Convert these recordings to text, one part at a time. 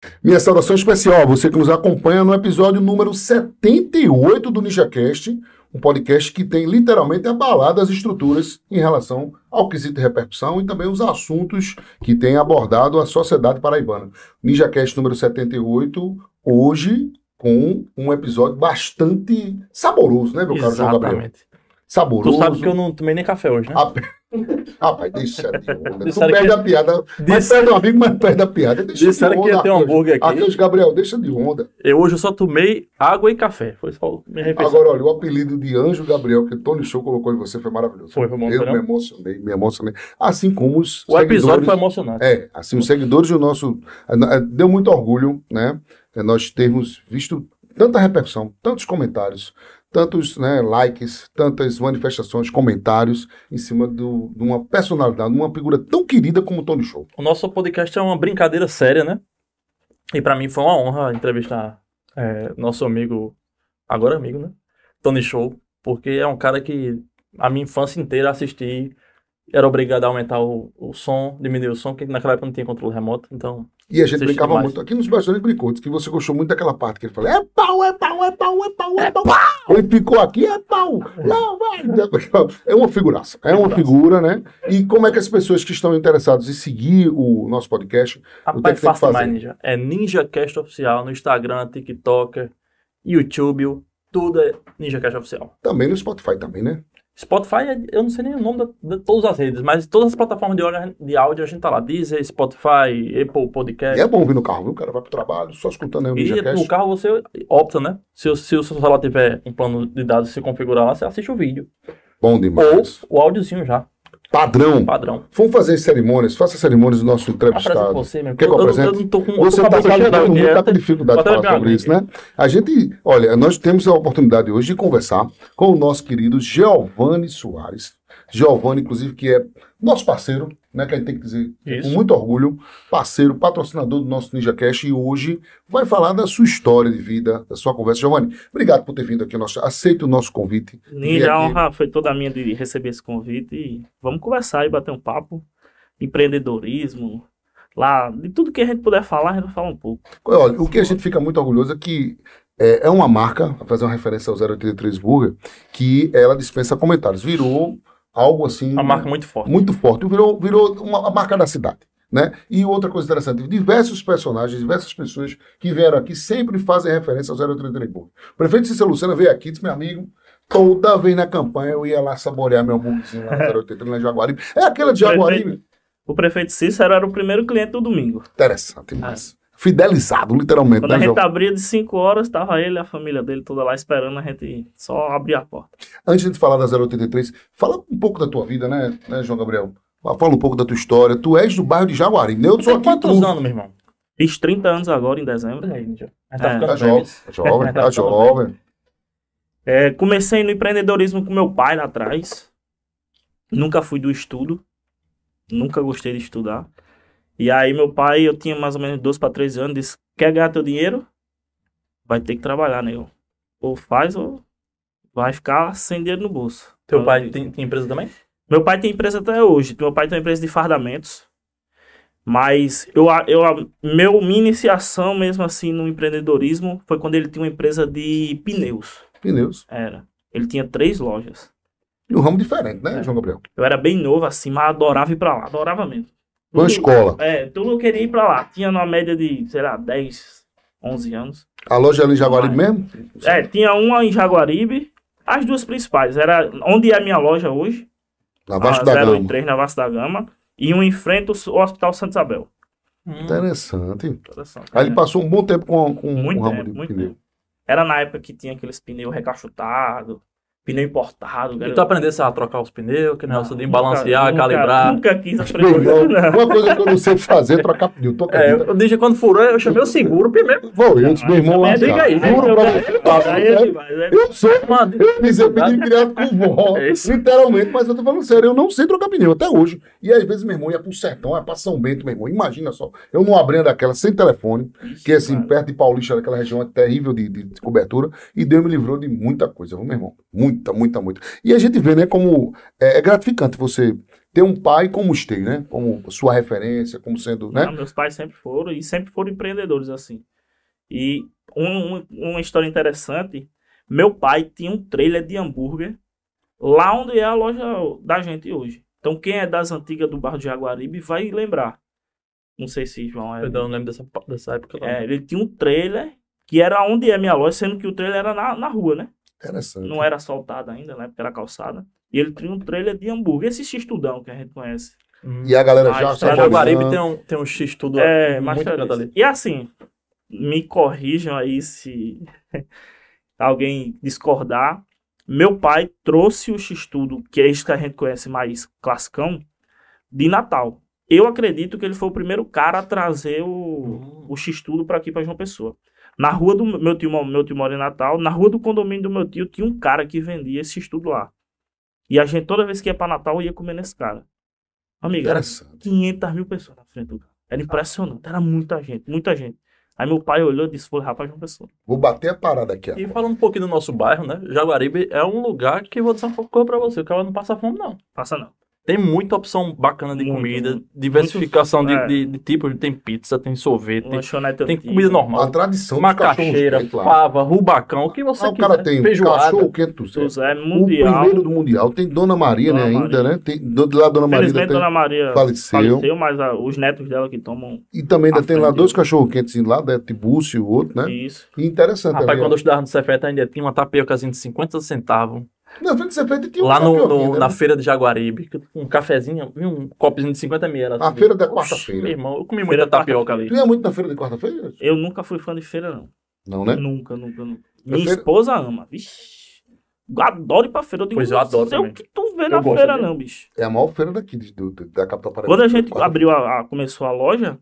Minha saudação especial a você que nos acompanha no episódio número 78 do NinjaCast, um podcast que tem literalmente abalado as estruturas em relação ao quesito de repercussão e também os assuntos que tem abordado a sociedade paraibana. NinjaCast número 78, hoje com um episódio bastante saboroso, né, meu caro João Gabriel? Exatamente. Saboroso. Tu sabe que eu não tomei nem café hoje, né? Rapaz, deixa de onda. Tu Disseram perde que- a piada. Mas perde um amigo, mas perde a piada. Deixa Disseram de que ia onda, ter um hambúrguer aqui. Adeus, Gabriel, deixa de onda. Hoje eu só tomei água e café. Foi só minha refeição. Agora, olha, o apelido de Anjo Gabriel que Tony Show colocou em você foi maravilhoso. Foi bom, Eu não? me emocionei. Assim como os O episódio seguidores... foi emocionante. Assim, os seguidores do nosso... Deu muito orgulho, né? Nós termos visto tanta repercussão, tantos comentários, tantos, né, likes, tantas manifestações, comentários em cima de uma personalidade, uma figura tão querida como o Tony Show. O nosso podcast é uma brincadeira séria, né? E pra mim foi uma honra entrevistar nosso amigo, agora amigo, né? Tony Show, porque é um cara que a minha infância inteira assisti, era obrigado a aumentar o som, diminuir o som, porque naquela época não tinha controle remoto, então... E a gente assisti brincava demais. muito. Aqui nos bastidores brincou, disse que você gostou muito daquela parte que ele falou: é pau, é pau, é pau, é pau, é pau. Ele ficou aqui, é pau. Não, vai. É uma figuraça. É uma figura, né? E como é que as pessoas que estão interessadas em seguir o nosso podcast, o que é Rapaz, que tem que fácil demais, fazer? Ninja. É NinjaCast Oficial no Instagram, TikTok, YouTube, tudo é NinjaCast Oficial. Também no Spotify, também, né? Spotify, eu não sei nem o nome de todas as redes, mas todas as plataformas de áudio a gente tá lá. Deezer, Spotify, Apple E Podcast. é bom vir no carro, viu? O cara vai pro trabalho, só escutando aí o E no NinjaCast. carro você opta, né? Se o seu celular tiver um plano de dados se configurar lá, você assiste o vídeo. Bom Ou demais. o áudiozinho já, Padrão. padrão. Vamos fazer cerimônias. Faça cerimônias do nosso Apresenta entrevistado. você mesmo. Quer que eu apresente? não tô com Você eu tô com está a boca cheia salivando d'água muito, aqui, tá com dificuldade de Bota falar minha sobre água isso, né? A gente, olha, nós temos a oportunidade hoje de conversar com o nosso querido Giovanni Soares. Giovanni, inclusive, que é nosso parceiro, né? Que a gente tem que dizer com Isso. muito orgulho, parceiro, patrocinador do nosso NinjaCast, e hoje vai falar da sua história de vida, da sua conversa. Giovanni, obrigado por ter vindo aqui. Aceite o nosso convite. Ninja, a aqui. honra foi toda minha de receber esse convite e vamos conversar e bater um papo. Empreendedorismo, lá, de tudo que a gente puder falar, a gente vai falar um pouco. Olha, o que a gente fica muito orgulhoso é que é uma marca, a fazer uma referência ao 083 Burger, que ela dispensa comentários. Virou algo assim... Uma marca muito forte. muito forte. Virou a marca da cidade, né? E outra coisa interessante, diversos personagens, diversas pessoas que vieram aqui sempre fazem referência ao 083 Burger. O prefeito Cícero Lucena veio aqui e disse: meu amigo, toda vez na campanha eu ia lá saborear meu hambúrguerzinho lá no 083, lá em Jaguaribe. É aquela de Jaguaribe. O prefeito Cícero era o primeiro cliente do domingo. Interessante demais. Fidelizado, literalmente, Quando a né, gente João? abria de 5 horas, estava ele e a família dele toda lá esperando a gente só abrir a porta. Antes de falar da 083, fala um pouco da tua vida, né, João Gabriel? Fala um pouco da tua história. Tu és do bairro de Jaguaribe, né? Eu sou Tem aqui em quantos Cruz. anos, meu irmão? Fiz 30 anos agora em dezembro. Olha aí, Ninja. A gente tá É, ficando Tá velho. jovem, tá jovem, tá Tá jovem. Comecei no empreendedorismo com meu pai lá atrás. Nunca fui do estudo. Nunca gostei de estudar. E aí meu pai, eu tinha mais ou menos 12 para 13 anos, disse: quer ganhar teu dinheiro? Vai ter que trabalhar, nego. Ou faz ou vai ficar sem dinheiro no bolso. Teu pai tem empresa também? Meu pai tem empresa até hoje. Meu pai tem uma empresa de fardamentos. Mas minha iniciação mesmo assim no empreendedorismo foi quando ele tinha uma empresa de pneus. Pneus. Era. Ele tinha 3 lojas. E um ramo diferente, né, João Gabriel? Eu era bem novo assim, mas adorava ir pra lá. Adorava mesmo. Uma escola. Tudo eu queria ir pra lá. Tinha uma média de, sei lá, 10, 11 anos. A loja ali em Jaguaribe mesmo? Tinha uma em Jaguaribe. As duas principais. Era onde é a minha loja hoje. Na Vasco a da Gama. 013 na Vasco da Gama. E um em frente ao Hospital Santa Isabel. Interessante. Interessante. Aí ele passou um bom tempo com Muito o ramo tempo, de muito pneu. tempo. Era na época que tinha aqueles pneus recachotados, pneu importado. E tu aprendesse a trocar os pneus, que negócio de Nunca- balancear, nunca- calibrar. Nunca quis aprender. Não, Não. uma coisa que eu não sei fazer é trocar pneu. Tu acredita? Eu disse quando furou, eu chamei o seguro primeiro. Vou eu, disse, meu irmão, Também diga lascar. aí, Juro pra você, passa, Aí é né? demais, é Eu sou, Mano, eu disse, eu pedi criado com vó, É isso. literalmente, mas eu tô falando sério, eu não sei trocar pneu até hoje. E às vezes meu irmão ia pro sertão, ia pra São Bento, meu irmão, imagina só, eu não abrindo daquela sem telefone, que assim, Cara. perto de Paulista, aquela região é terrível de cobertura, e Deus me livrou de muita coisa, viu, meu irmão? Muita. E a gente vê, né, como é gratificante você ter um pai como o Stey, né? Como sua referência, como sendo, né? Não, meus pais sempre foram empreendedores assim. E uma história interessante, meu pai tinha um trailer de hambúrguer lá onde é a loja da gente hoje. Então quem é das antigas do bairro de Jaguaribe vai lembrar. Não sei se João é. Eu não lembro dessa época. Não. Ele tinha um trailer que era onde é minha loja, sendo que o trailer era na rua, né? Interessante. Não era asfaltado ainda, né? Porque era calçada. E ele tinha um trailer de hambúrguer. Esse X-Tudão que a gente conhece. E a galera já Mas Jaguaribe tem um X tudo muito grande ali. E assim, me corrijam aí se alguém discordar. Meu pai trouxe o X-Tudo, que é isso que a gente conhece mais classicão, de Natal. Eu acredito que ele foi o primeiro cara a trazer o X-Tudo para aqui, para João Pessoa. Na rua do meu tio mora em Natal, na rua do condomínio do meu tio tinha um cara que vendia esse X-Tudo lá. E a gente, toda vez que ia para Natal, ia comer nesse cara. Amiga, era 500 mil pessoas na frente do cara. Era impressionante, era muita gente. Aí meu pai olhou e disse, foi rapaz, João Pessoa. Vou bater a parada aqui. E falando um pouquinho do nosso bairro, né? Jaguaribe é um lugar que vou dizer uma coisa pra você. O cara não passa fome, não. Passa não. Tem muita opção bacana de comida, diversificação de tipos. Tem pizza, tem sorvete, tem comida normal. A tradição macaxeira, fava, rubacão, o que você quiser. O cara tem cachorro quente do céu. Mundial. O primeiro do Mundial. Tem Dona Maria, né, ainda, né? Tem, de lá Dona Maria. Felizmente Dona Maria faleceu, mas os netos dela que tomam... E também ainda tem lá 2 cachorros quentes lá, né? Tibúcio e o outro, né? Isso. E interessante. Rapaz, quando eu estudava no Cefeta ainda tinha uma tapiocazinha de 50 centavos. Na frente de Cefeta tinha lá na feira de Jaguaribe, um cafezinho, um copozinho de 50 ml. A feira da quarta-feira. Meu irmão, eu comi muita tapioca ali. Tu ia muito na feira de quarta-feira? Eu nunca fui fã de feira, não. Não, né? Nunca. Minha esposa ama. Vixe. Adoro ir pra feira. Pois eu adoro também. O que tu vê na feira, não, bicho. É a maior feira daqui, da capital paraibana. Quando a gente abriu, começou a loja,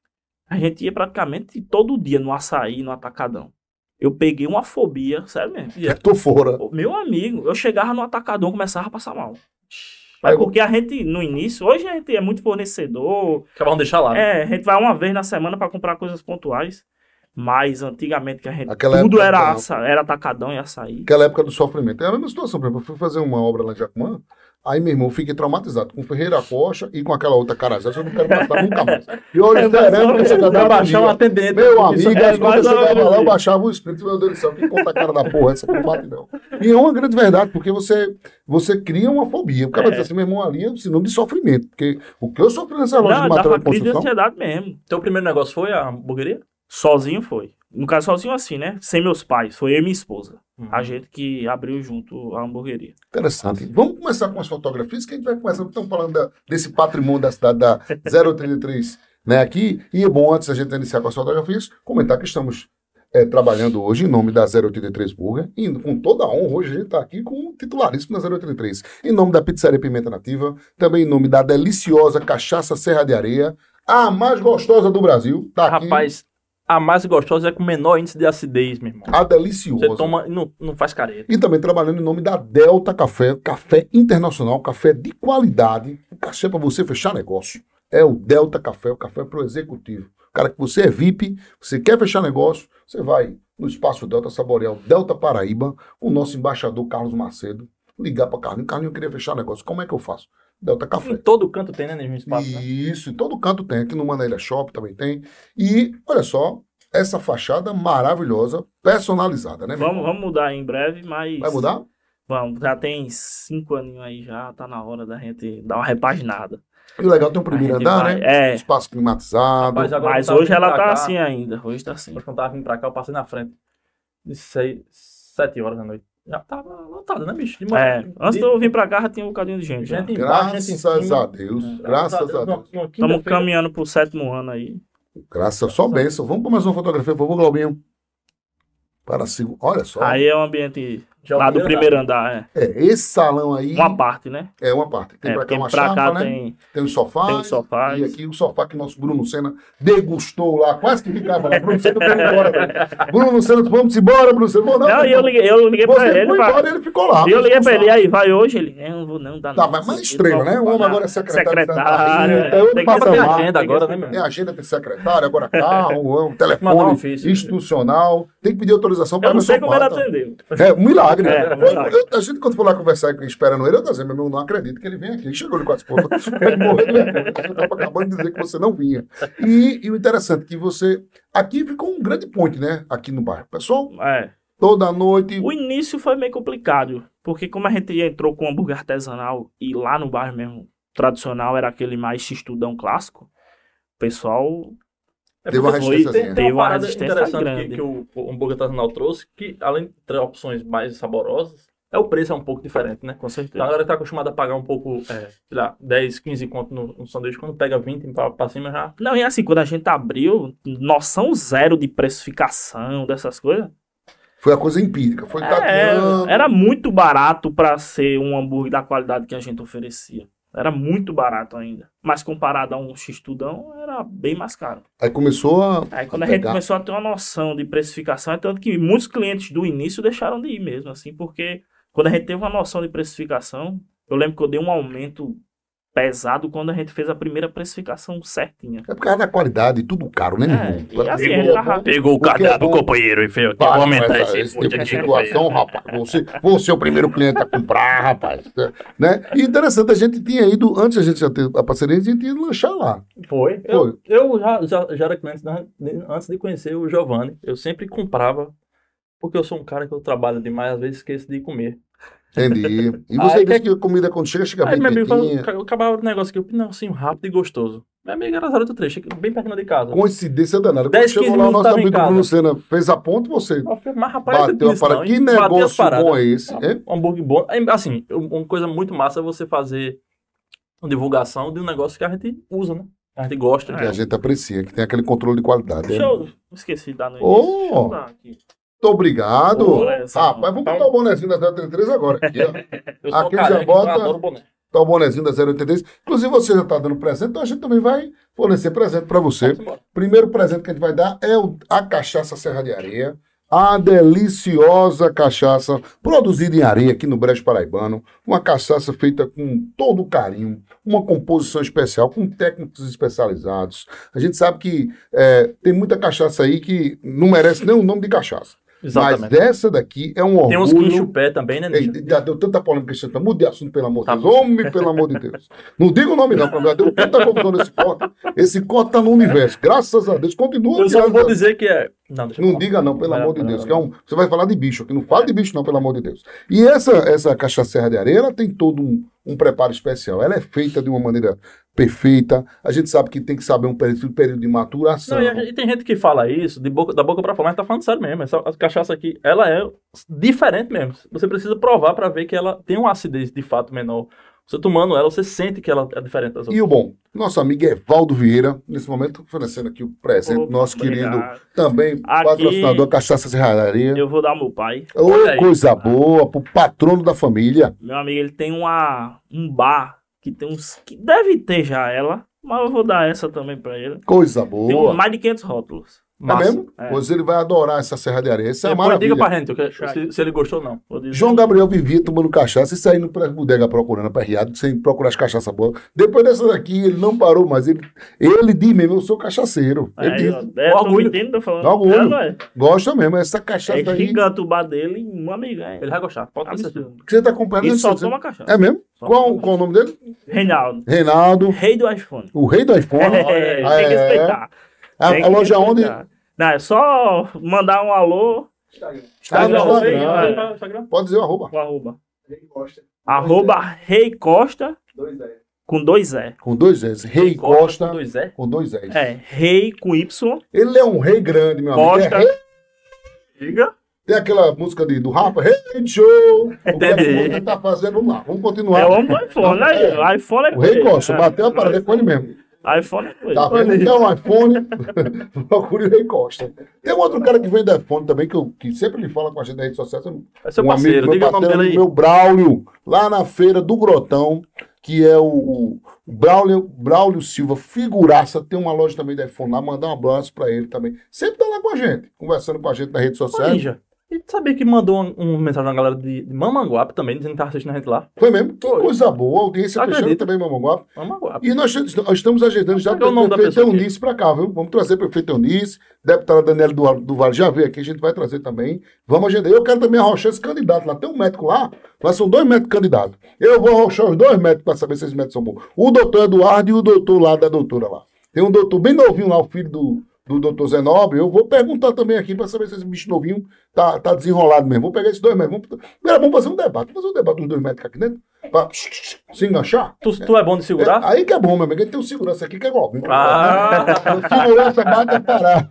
a gente ia praticamente todo dia no açaí, no atacadão. Eu peguei uma fobia, sério mesmo. Tô fora. Meu amigo, eu chegava no atacadão e começava a passar mal. Mas porque a gente, no início, hoje a gente é muito fornecedor. Acabaram de deixar lá. Né? A gente vai uma vez na semana para comprar coisas pontuais. Mas antigamente que a gente Aquela tudo era atacadão e açaí. Aquela época do sofrimento. É a mesma situação, por exemplo, eu fui fazer uma obra lá em Jacumã, aí meu irmão, eu fiquei traumatizado com Ferreira Coxa e com aquela outra carajé, eu não quero passar nunca mais. E olha, esperando que chegar pra baixar um atendente. Meu amigo, quando eu chegava lá, eu baixava o espírito, meu Deus do céu, que conta a cara da porra, essa não bate não. E é uma grande verdade, porque você cria uma fobia. O cara vai dizer assim, meu irmão, ali é um sinônimo de sofrimento, porque o que eu sofri nessa loja de material de crise de construção... ansiedade mesmo. Teu primeiro negócio foi a hamburgueria? Sozinho foi. No caso, sozinho assim, né? Sem meus pais. Foi eu e minha esposa. A gente que abriu junto a hamburgueria. Interessante. Vamos começar com as fotografias, que a gente vai começar. Estamos falando desse patrimônio da cidade da 083, né? Aqui. E é bom, antes da gente iniciar com as fotografias, comentar que estamos trabalhando hoje em nome da 083 Burger. E com toda a honra, hoje a gente está aqui com o titularíssimo da 083. Em nome da Pizzaria Pimenta Nativa. Também em nome da deliciosa Cachaça Serra de Areia. A mais gostosa do Brasil. Tá aqui. Rapaz, a mais gostosa é com menor índice de acidez, meu irmão. A deliciosa. Você toma e não faz careta. E também trabalhando em nome da Delta Café, café internacional, café de qualidade, um café para você fechar negócio. É o Delta Café, o café para o executivo. Cara, que você é VIP, você quer fechar negócio, você vai no Espaço Delta saborear o Delta Paraíba, o nosso embaixador Carlos Macedo, ligar para Carlinhos. Carlinhos, eu queria fechar negócio, como é que eu faço? Delta Café. Em todo canto tem, né, no espaço, Isso, em todo canto tem. Aqui no Manilha Shop também tem. E, olha só, essa fachada maravilhosa, personalizada, né? Vamos mudar em breve, mas... Vai mudar? Vamos, já tem 5 aninhos aí já, tá na hora da gente dar uma repaginada. E o legal tem um primeiro andar, né? Espaço climatizado. Rapaz, mas hoje ela tá assim ainda, hoje tá assim. Quando eu tava vindo pra cá, eu passei na frente. De 7 horas da noite. Já tava lotado, né, bicho? Antes de eu vir pra cá já tinha um bocadinho de gente. Graças a Deus. Graças a Deus. Estamos caminhando pro 7º ano aí. Graças, só bênção. Vamos para mais uma fotografia, por favor, Glaubinho. Olha só. Aí é um ambiente lá do primeiro andar, esse salão aí... Uma parte, né? É, uma parte. Tem pra cá uma chapa, né? Tem os sofás. Tem os sofás. E aqui o sofá que nosso Bruno Senna degustou lá. Quase que ficava lá. Bruno Senna foi embora, velho. Bruno Senna, vamos embora, Bruno Senna. Não, e eu liguei pra ele. Foi embora e ele ficou lá. E eu liguei pra ele, e aí, vai hoje? Ele, eu não vou não, dá nada. Tá, mas estrela, né? O homem agora é secretário. Tem que ter agenda agora, né, meu? Tem agenda, tem secretário, agora carro, telefone institucional. Tem que pedir autorização para eu não sei como ele atendeu. Um milagre. milagre. É, milagre. A gente, quando for lá conversar esperando ele, eu tô dizendo, meu irmão, não acredito que ele vem aqui. Ele chegou ali com as portas. Ele morreu de vergonha. Você estava acabando de dizer que você não vinha. E o interessante é que você... Aqui ficou um grande point, né? Aqui no bairro. Pessoal, toda noite... O início foi meio complicado, porque como a gente entrou com hambúrguer artesanal e lá no bairro mesmo, tradicional, era aquele mais x-tudão clássico, o pessoal... Teve uma resistência. Tem uma parada resistência interessante grande. que o hambúrguer artesanal trouxe, que além de ter opções mais saborosas, o preço é um pouco diferente, né? Com certeza. Então a galera tá acostumada a pagar um pouco, sei lá, 10, 15 conto no sanduíche, quando pega 20 pra cima já... Não, e assim, quando a gente abriu, noção zero de precificação, dessas coisas. Foi a coisa empírica. Foi tateando. Era muito barato pra ser um hambúrguer da qualidade que a gente oferecia. Era muito barato ainda. Mas comparado a um x-tudão, era bem mais caro. Aí começou a... Aí quando a gente começou a ter uma noção de precificação, é tanto que muitos clientes do início deixaram de ir mesmo, assim, porque quando a gente teve uma noção de precificação, eu lembro que eu dei um aumento pesado quando a gente fez a primeira precificação certinha. É por causa da qualidade, tudo caro, né, meu irmão? E assim, a gente tava... Pegou o cadeado, companheiro, e fez, tem que aumentar esse tipo de situação, rapaz. Você é o primeiro cliente a comprar, rapaz. Né? E interessante, a gente tinha ido, antes a gente já ter a parceria, a gente ia lanchar lá. Foi. Eu já era cliente antes de conhecer o Giovanni. Eu sempre comprava, porque eu sou um cara que eu trabalho demais, às vezes esqueço de comer. Entendi. E você disse que a comida quando chega aí, bem meu quentinha. amigo, eu acabava o negócio aqui, não, assim, rápido e gostoso. Meu amigo era 03, chega bem pertinho de casa. Coincidência danada. Quando 10, chegou 15 lá, o nosso minutos amigo tava em Bruno casa. Senna fez a ponta, você Mas rapaz, bateu a parada. Que Bati as negócio paradas. bom é esse? hein? Um hambúrguer bom. Assim, uma coisa muito massa é você fazer uma divulgação de um negócio que a gente usa, né? A gente gosta. Que a gente aprecia, que tem aquele controle de qualidade. Deixa eu... Esqueci de dar no início. Oh! Deixa eu dar aqui. Muito obrigado. Bonézão. Mas vamos botar o bonezinho da 033 agora. Aqui, ó. Eu sou Aqui careca, já bota- eu adoro boné. Tá o bonezinho da 083. Inclusive, você já está dando presente, então a gente também vai fornecer presente para você. Vamos embora. Primeiro presente que a gente vai dar é a cachaça Serra de Areia. A deliciosa cachaça produzida em areia aqui no Brejo Paraibano. Uma cachaça feita com todo o carinho. Uma composição especial, com técnicos especializados. A gente sabe que tem muita cachaça aí que não merece nem o nome de cachaça. Exatamente. Mas essa daqui é um orgulho. Tem uns quincho-pé também, né, Ei, Ninja? já deu tanta polêmica esse ano. Mude de assunto, pelo amor de Tá Deus. Homem, pelo amor de Deus. Não diga o nome, não, porque já deu tanta confusão nesse corte. Esse corte tá no universo. Graças a Deus. Continua. Eu só tirando- vou dizer que é... Não, deixa eu Não falar. diga não, pelo Vai, amor de vai, Deus. vai. Que você vai falar de bicho aqui. Não fala de bicho, não, pelo amor de Deus. E essa cachaça Serra de Areia, ela tem todo um preparo especial. Ela é feita de uma maneira perfeita. A gente sabe que tem que saber um período de maturação. Não, e tem gente que fala isso da boca pra fora, mas tá falando sério mesmo. Essa cachaça aqui, ela é diferente mesmo. Você precisa provar pra ver que ela tem uma acidez de fato menor. Você tomando ela, você sente que ela é diferente das outras. E o bom, nosso amigo Evaldo Vieira, nesse momento, oferecendo aqui o presente, Opa, nosso obrigado. querido, também Aqui- patrocinador Cachaça Serra de Areia. Eu vou dar ao meu pai. Ô, Olha aí. coisa boa, pro patrono da família. Meu amigo, ele tem um bar que tem uns... que deve ter já ela, mas eu vou dar essa também pra ele. Coisa Tem boa. mais de 500 rótulos. É mesmo? É. Pois ele vai adorar essa Serra de Areia. Isso é uma Depois diga maravilha. pra gente se ele gostou ou não. Vou dizer. João Gabriel vivia tomando cachaça e saindo pra bodega procurando aperreado, sem procurar as cachaças boas. Depois dessa daqui, ele não parou mais. Ele diz mesmo, eu sou cachaceiro. Ele Aí, diz, ó, tô orgulho. mentindo, tô falando. Orgulho. Não é. gosta mesmo. Essa cachaça É aí gigante o bar dele, um amigo. É. Ele vai gostar, pode ter certeza. Absurdo. que você tá acompanhando. E né, só você- toma cachaça. É mesmo? Só Qual toma. o nome dele? Reinaldo. Reinaldo, Rei do iPhone. o rei do iPhone. É, Ah, tem que é? respeitar. A Tem que loja onde? respeitar. Não, é só mandar um alô. Está no Instagram. Instagram. Pode dizer o arroba. O arroba. Arroba Rei Costa com 2 E. Com 2 S. Rei Costa. Com dois é? Com 2 S. É, Rei com Y. Ele é um rei grande, meu amigo. Costa. É rei. Diga. Tem aquela música do Rapa, Rei Show. O que é que Entendi. você tá fazendo? Vamos lá, vamos continuar. É o homem do iPhone, né? O iPhone é O Rei coisa. Costa, bateu a parada com ele mesmo. iPhone é coisa. Tá vendo? Quer um iPhone? Procure o Rei Costa. Tem um outro cara que vende iPhone também, que sempre lhe fala com a gente na rede social. É seu Um parceiro, amigo, diga meu o nome parceiro, dele aí. meu Braulio, lá na feira do Grotão, que é o Braulio Silva, figuraça, tem uma loja também de iPhone lá, mandar um abraço pra ele também. Sempre tá lá com a gente, conversando com a gente na rede Ô, social. Ninja, E sabia que mandou uma mensagem na galera de Mamanguape também, dizendo que tava assistindo a gente lá? Foi mesmo? Que Foi. coisa boa. A audiência fechando Acredito. também, Mamanguape. Mamanguape. E nós estamos ajeitando já Qual é o nome da prefeito pessoa aqui? Eunice para cá, viu? Vamos trazer o prefeito Eunice, deputada Daniela do Vale já veio aqui, a gente vai trazer também. Vamos ajeitar. Eu quero também arrochar esse candidato lá. Tem um médico lá são 2 médicos candidatos. Eu vou arrochar os 2 médicos para saber se esses médicos são bons. O doutor Eduardo e o doutor lá da doutora lá. Tem um doutor bem novinho lá, o filho do doutor Zenob. Eu vou perguntar também aqui para saber se esse bicho novinho tá desenrolado mesmo. Vou pegar esses 2 médicos. Vamos fazer um debate. Vamos fazer um debate dos 2 médicos aqui dentro. Pra se enganchar. Tu é bom de segurar? Aí que é bom, meu amigo. Ele tem um segurança aqui que é igual. Ah. Segurança bate a parar.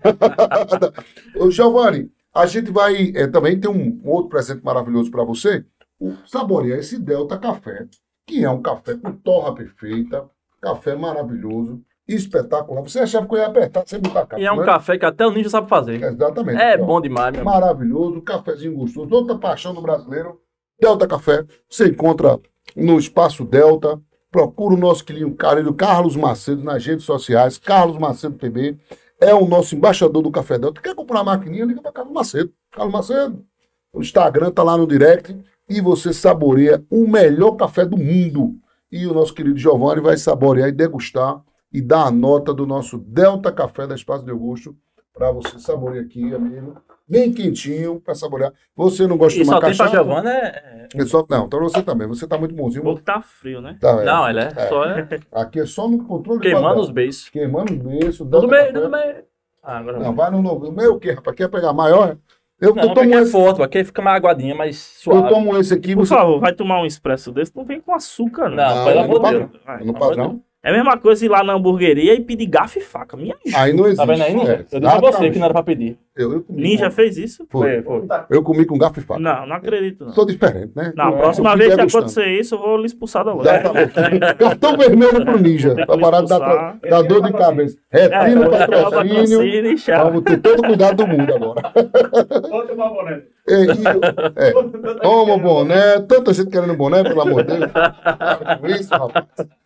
Ô, Giovanni, a gente vai também ter um outro presente maravilhoso para você. Saborear esse Delta Café, que é um café com torra perfeita, café maravilhoso, espetacular. Você achava que eu ia apertar sem botar café. E é um café que até o Ninja sabe fazer. Exatamente. É Ó, bom demais, meu amigo. maravilhoso, cafezinho gostoso. Outra paixão do brasileiro, Delta Café. Você encontra no Espaço Delta. Procura o nosso querido Carlos Macedo nas redes sociais. Carlos Macedo PB é o nosso embaixador do Café Delta. Quer comprar uma maquininha? Liga para Carlos Macedo. Carlos Macedo. O Instagram tá lá no direct e você saboreia o melhor café do mundo. E o nosso querido Giovanni vai saborear e degustar e dar a nota do nosso Delta Café da Espaço de Augusto para você saborear aqui, amigo. Bem quentinho para saborear. Você não gosta E de tomar só tem pra cachaça? Giovanna Não, então você também. Você tá muito bonzinho. O pouco tá frio, né? Tá, Não, ele só Aqui é só no controle de queimando qualidade. os beijos. Queimando os beijos. Tudo bem, tudo bem. Ah, agora Não, vai no novo. Meu o quê, rapaz? Quer pegar maior? Eu Não, tomo aqui é esse, forte, aqui fica mais aguadinha, mais eu suave. tomo esse aqui. Por Você... favor, vai tomar um expresso desse, não vem com açúcar, não. Não, pelo é amor no de Deus. padrão. Vai. No padrão. É a mesma coisa ir lá na hamburgueria e pedir garfo e faca. Minha Aí não existe. Tá vendo aí, Ninja? Eu disse a você que não era pra pedir. Eu comi Ninja fez isso? Foi. Foi. Eu comi com garfo e faca. Não, não acredito. Não. Sou diferente, né? Na próxima Eu vez que fiquei gostando. acontecer isso, eu vou lhe expulsar da loja. Exatamente. Cartão vermelho pro Ninja. Tem que Pra parar de expulsar. dar dor de cabeça. Retira o patrocínio. e tchau. Vamos ter todo o cuidado do mundo agora. Bota uma boné. Toma o boné. Tanta gente querendo boné, pelo amor de Deus. Para com isso, rapaz.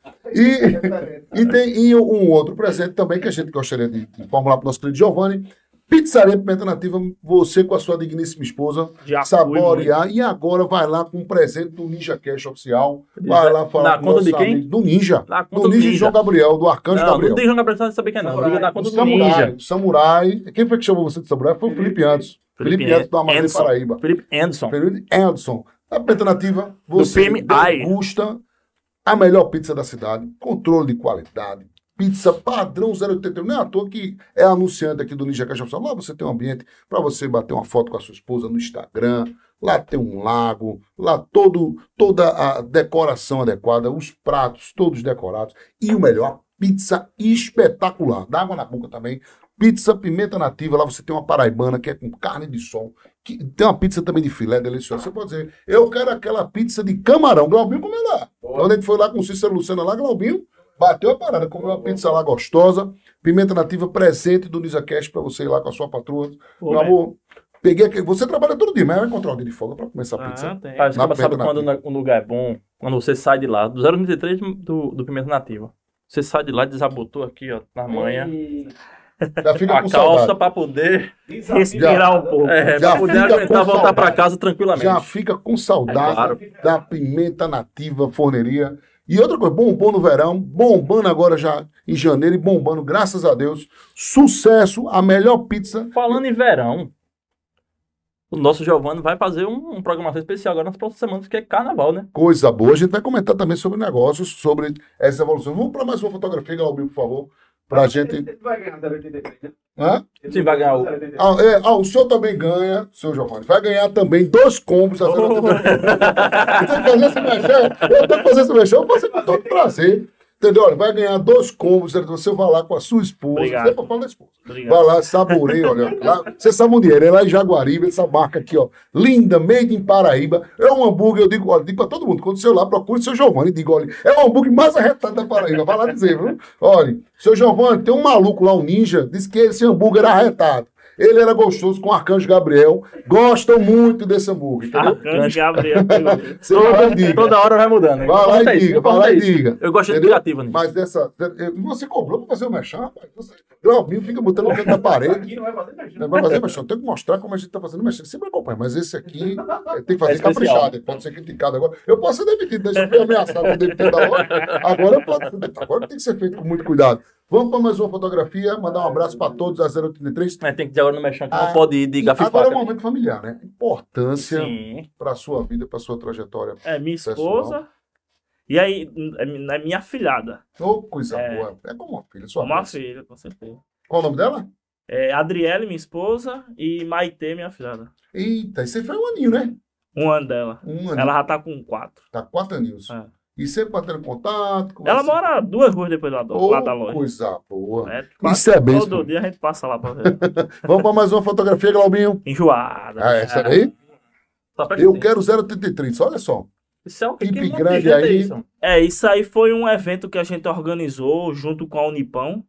E tem um outro presente também que a gente gostaria de formular para o nosso querido Giovanni. Pizzaria Pimenta Nativa, você com a sua digníssima esposa, Já fui saborear. E agora vai lá com um presente do Ninja Cash oficial. Vai lá falar Na conta de quem? amigo do Ninja. Na conta Do do Ninja e Ninja. João Gabriel, do Arcanjo Não, Gabriel. não tem João Gabriel, você saber quem é não. Liga na O conta do Samurai. Ninja. O Samurai. Quem foi que chamou você de Samurai? Foi o Felipe Anderson. Felipe Anderson do Amazônia Anderson. Paraíba. Felipe Anderson. Felipe Anderson. A Pimenta Nativa, você PMI. degusta a melhor pizza da cidade, controle de qualidade, pizza padrão 081. Não é à toa que é anunciante aqui do Ninja Caixa Oficial. Lá você tem um ambiente para você bater uma foto com a sua esposa no Instagram. Lá tem um lago, lá toda a decoração adequada, os pratos todos decorados. E o melhor, a pizza espetacular. Dá água na boca também. Pizza Pimenta Nativa, lá você tem uma paraibana que é com carne de sol. Que tem uma pizza também de filé deliciosa. Você pode dizer, eu quero aquela pizza de camarão. Glaubinho comeu lá. Quando a gente foi lá com o Cícero Lucena lá, Glaubinho bateu a parada, comeu uma pizza lá gostosa. Pimenta Nativa presente do NisaCast para você ir lá com a sua patroa. Meu amor, peguei aqui. Você trabalha todo dia, mas vai encontrar um dia de folga para comer essa pizza. tem. Mas Na você sabe Pimenta quando um lugar é bom? Quando você sai de lá, do 093 do Pimenta Nativa. Você sai de lá, desabotou aqui, ó, na manhã. Já fica A com calça saudade. pra poder, Respirar um pouco. Já pra poder fica com aguentar voltar saudade. pra casa tranquilamente. Já fica com saudade É claro. da Pimenta Nativa Forneria. E outra coisa, bombom no verão, bombando agora já em janeiro e bombando, graças a Deus. Sucesso, a melhor pizza. Falando em verão, o nosso Giovanni vai fazer uma programação especial agora nas próximas semanas, que é carnaval, né? Coisa boa. A gente vai comentar também sobre negócios, sobre essa evolução. Vamos para mais uma fotografia, Galbinho, por favor. Pra gente. Ele vai ganhar 083, né? Hã? Sim, vai ganhar o- 083. O senhor também ganha, seu Giovanni, vai ganhar também 2 combos da Oh. Você fazer esse mexer, eu tenho que fazer esse mexer, eu faço com todo prazer. Entendeu? Olha, vai ganhar 2 combos, você vai lá com a sua esposa. Obrigado. Você pode falar da esposa. Obrigado. Vai lá, saboreia, olha. Lá, você sabe onde é lá em Jaguaribe, essa marca aqui, ó. Linda, made in Paraíba. É um hambúrguer, eu digo, olha, digo pra todo mundo, quando você lá, procure seu Giovanni, digo, olha, é o hambúrguer mais arretado da Paraíba. Vai lá dizer, viu? Olha, seu Giovanni, tem um maluco lá, um ninja, disse que esse hambúrguer era arretado. Ele era gostoso com o Arcanjo Gabriel. Gostam muito desse hambúrguer, entendeu? Arcanjo Gabriel. Você vai lá e diga. Toda hora vai mudando. né? Vai lá Conta e isso, diga, conta vai lá e isso. diga. Eu gosto de Entendeu? criativa nisso. Mas dessa. Você cobrou pra fazer o mexão, rapaz? Glaubinho fica botando no canto da parede. Aqui não vai fazer Não mexendo. vai fazer mexendo. Tem que mostrar como a gente tá fazendo mexendo. Sempre acompanha, mas esse aqui tem que fazer especial. caprichado. Ele pode ser criticado agora. Eu posso ser demitido, né? Já fui ameaçado de demitido da loja. Agora tem que ser feito com muito cuidado. Vamos para mais uma fotografia. Mandar um abraço para todos da 083. Tem que dizer agora no mexão que Ah, não pode ir de Agora é gafifaca. um momento familiar, né? Importância Sim. para a sua vida, para a sua trajetória. É minha Pessoal. esposa. E aí, é minha afilhada. Ô, coisa boa. É como uma filha, sua Uma mãe. filha, com certeza. Qual o nome dela? É Adriele, minha esposa, e Maitê, minha afilhada. Eita, isso aí foi um aninho, né? Um ano dela. Um aninho. Ela já tá com 4. Tá 4 aninhos. É. E sempre batendo contato. Ela conversando. mora 2 ruas depois lá da loja. Coisa boa. É, Isso é bem. todo dia a gente passa lá pra ver. Vamos para mais uma fotografia, Glaubinho. Enjoada. Ah, essa daí? Só presta Eu atenção. quero 083. Olha só. Isso é o que Equipe um monte de grande gente é aí. isso. Isso aí foi um evento que a gente organizou junto com a Unipão,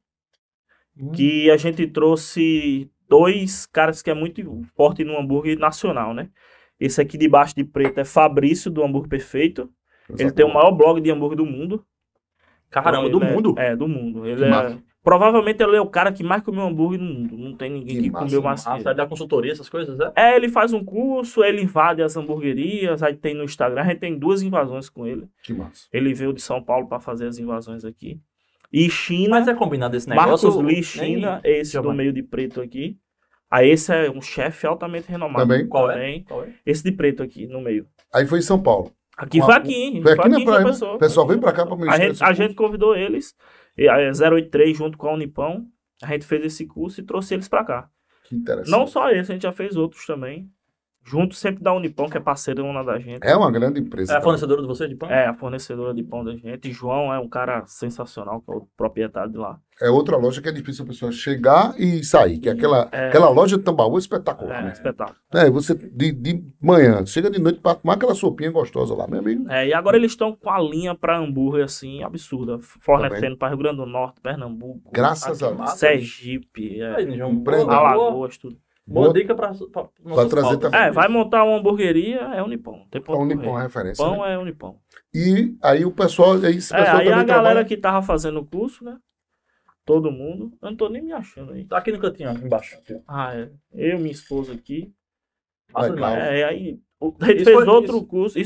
que a gente trouxe 2 caras que é muito forte no hambúrguer nacional, né? Esse aqui de baixo de preto é Fabrício, do Hambúrguer Perfeito. Ele tem o maior blog de hambúrguer do mundo. Caramba, do Ele mundo. do mundo. Ele Que massa. provavelmente ele é o cara que mais comeu hambúrguer no mundo. Não tem ninguém Que que massa, comeu mais que Ah, ele. sai da consultoria, essas coisas, é? Ele faz um curso, ele invade as hamburguerias, aí tem no Instagram, a gente tem 2 invasões com ele. Que massa. Ele veio de São Paulo para fazer as invasões aqui. E China, Mas é combinado esse negócio. Marcos Lee nem- China, esse do Giovanni. meio de preto aqui. Aí esse é um chefe altamente renomado. Também? Qual é? Também. Qual é? Esse de preto aqui, no meio. Aí foi em São Paulo. Aqui Uma- foi aqui. Foi aqui na em praia, João né? Pessoa. O pessoal vem pra cá pra A ministrar gente, esse a curso. gente convidou eles, e a 083 junto com a Unipão. A gente fez esse curso e trouxe eles pra cá. Que interessante. Não só esse, a gente já fez outros também. Junto sempre da Unipão, que é parceirona da gente. É uma grande empresa. É a também. fornecedora de você de pão? É, a fornecedora de pão da gente. João é um cara sensacional, que é o proprietário de lá. É outra loja que é difícil a pessoa chegar e sair. Que é aquela loja de Tambaú espetacular, É, né? espetáculo. Você de manhã, chega de noite pra tomar aquela sopinha gostosa lá, meu amigo. E agora eles estão com a linha pra hambúrguer, assim, absurda. Fornecendo para Rio Grande do Norte, Pernambuco, Graças a Deus. massa. Sergipe, Aí, João, Empreendedor. boa, boa, Alagoas, tudo. boa dica pra nossos trazer pautas. também. Vai montar uma hamburgueria, é Unipão. Tem A ponto Unipão é correr. referência. Pão né? é Unipão. E aí o pessoal, esse pessoal Aí também a galera trabalha. que tava fazendo o curso, né? Todo mundo. Eu não tô nem me achando aí. Tá aqui no cantinho, ó, embaixo. Eu, minha esposa aqui. Massa Legal. demais. Aí a gente Isso fez foi- outro isso- curso.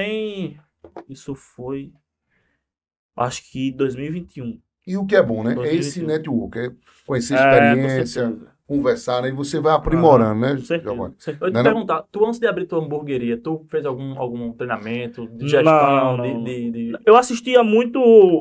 Isso foi. Acho que 2021. E o que é bom, né? É 2021. esse network, é conhecer Com experiência, certeza. conversar, né? E você vai aprimorando, né, Com certeza. Giovanni? Com certeza. Eu ia te Não, perguntar, tu antes de abrir tua hamburgueria, tu fez algum treinamento de gestão, Não. de- Eu assistia muito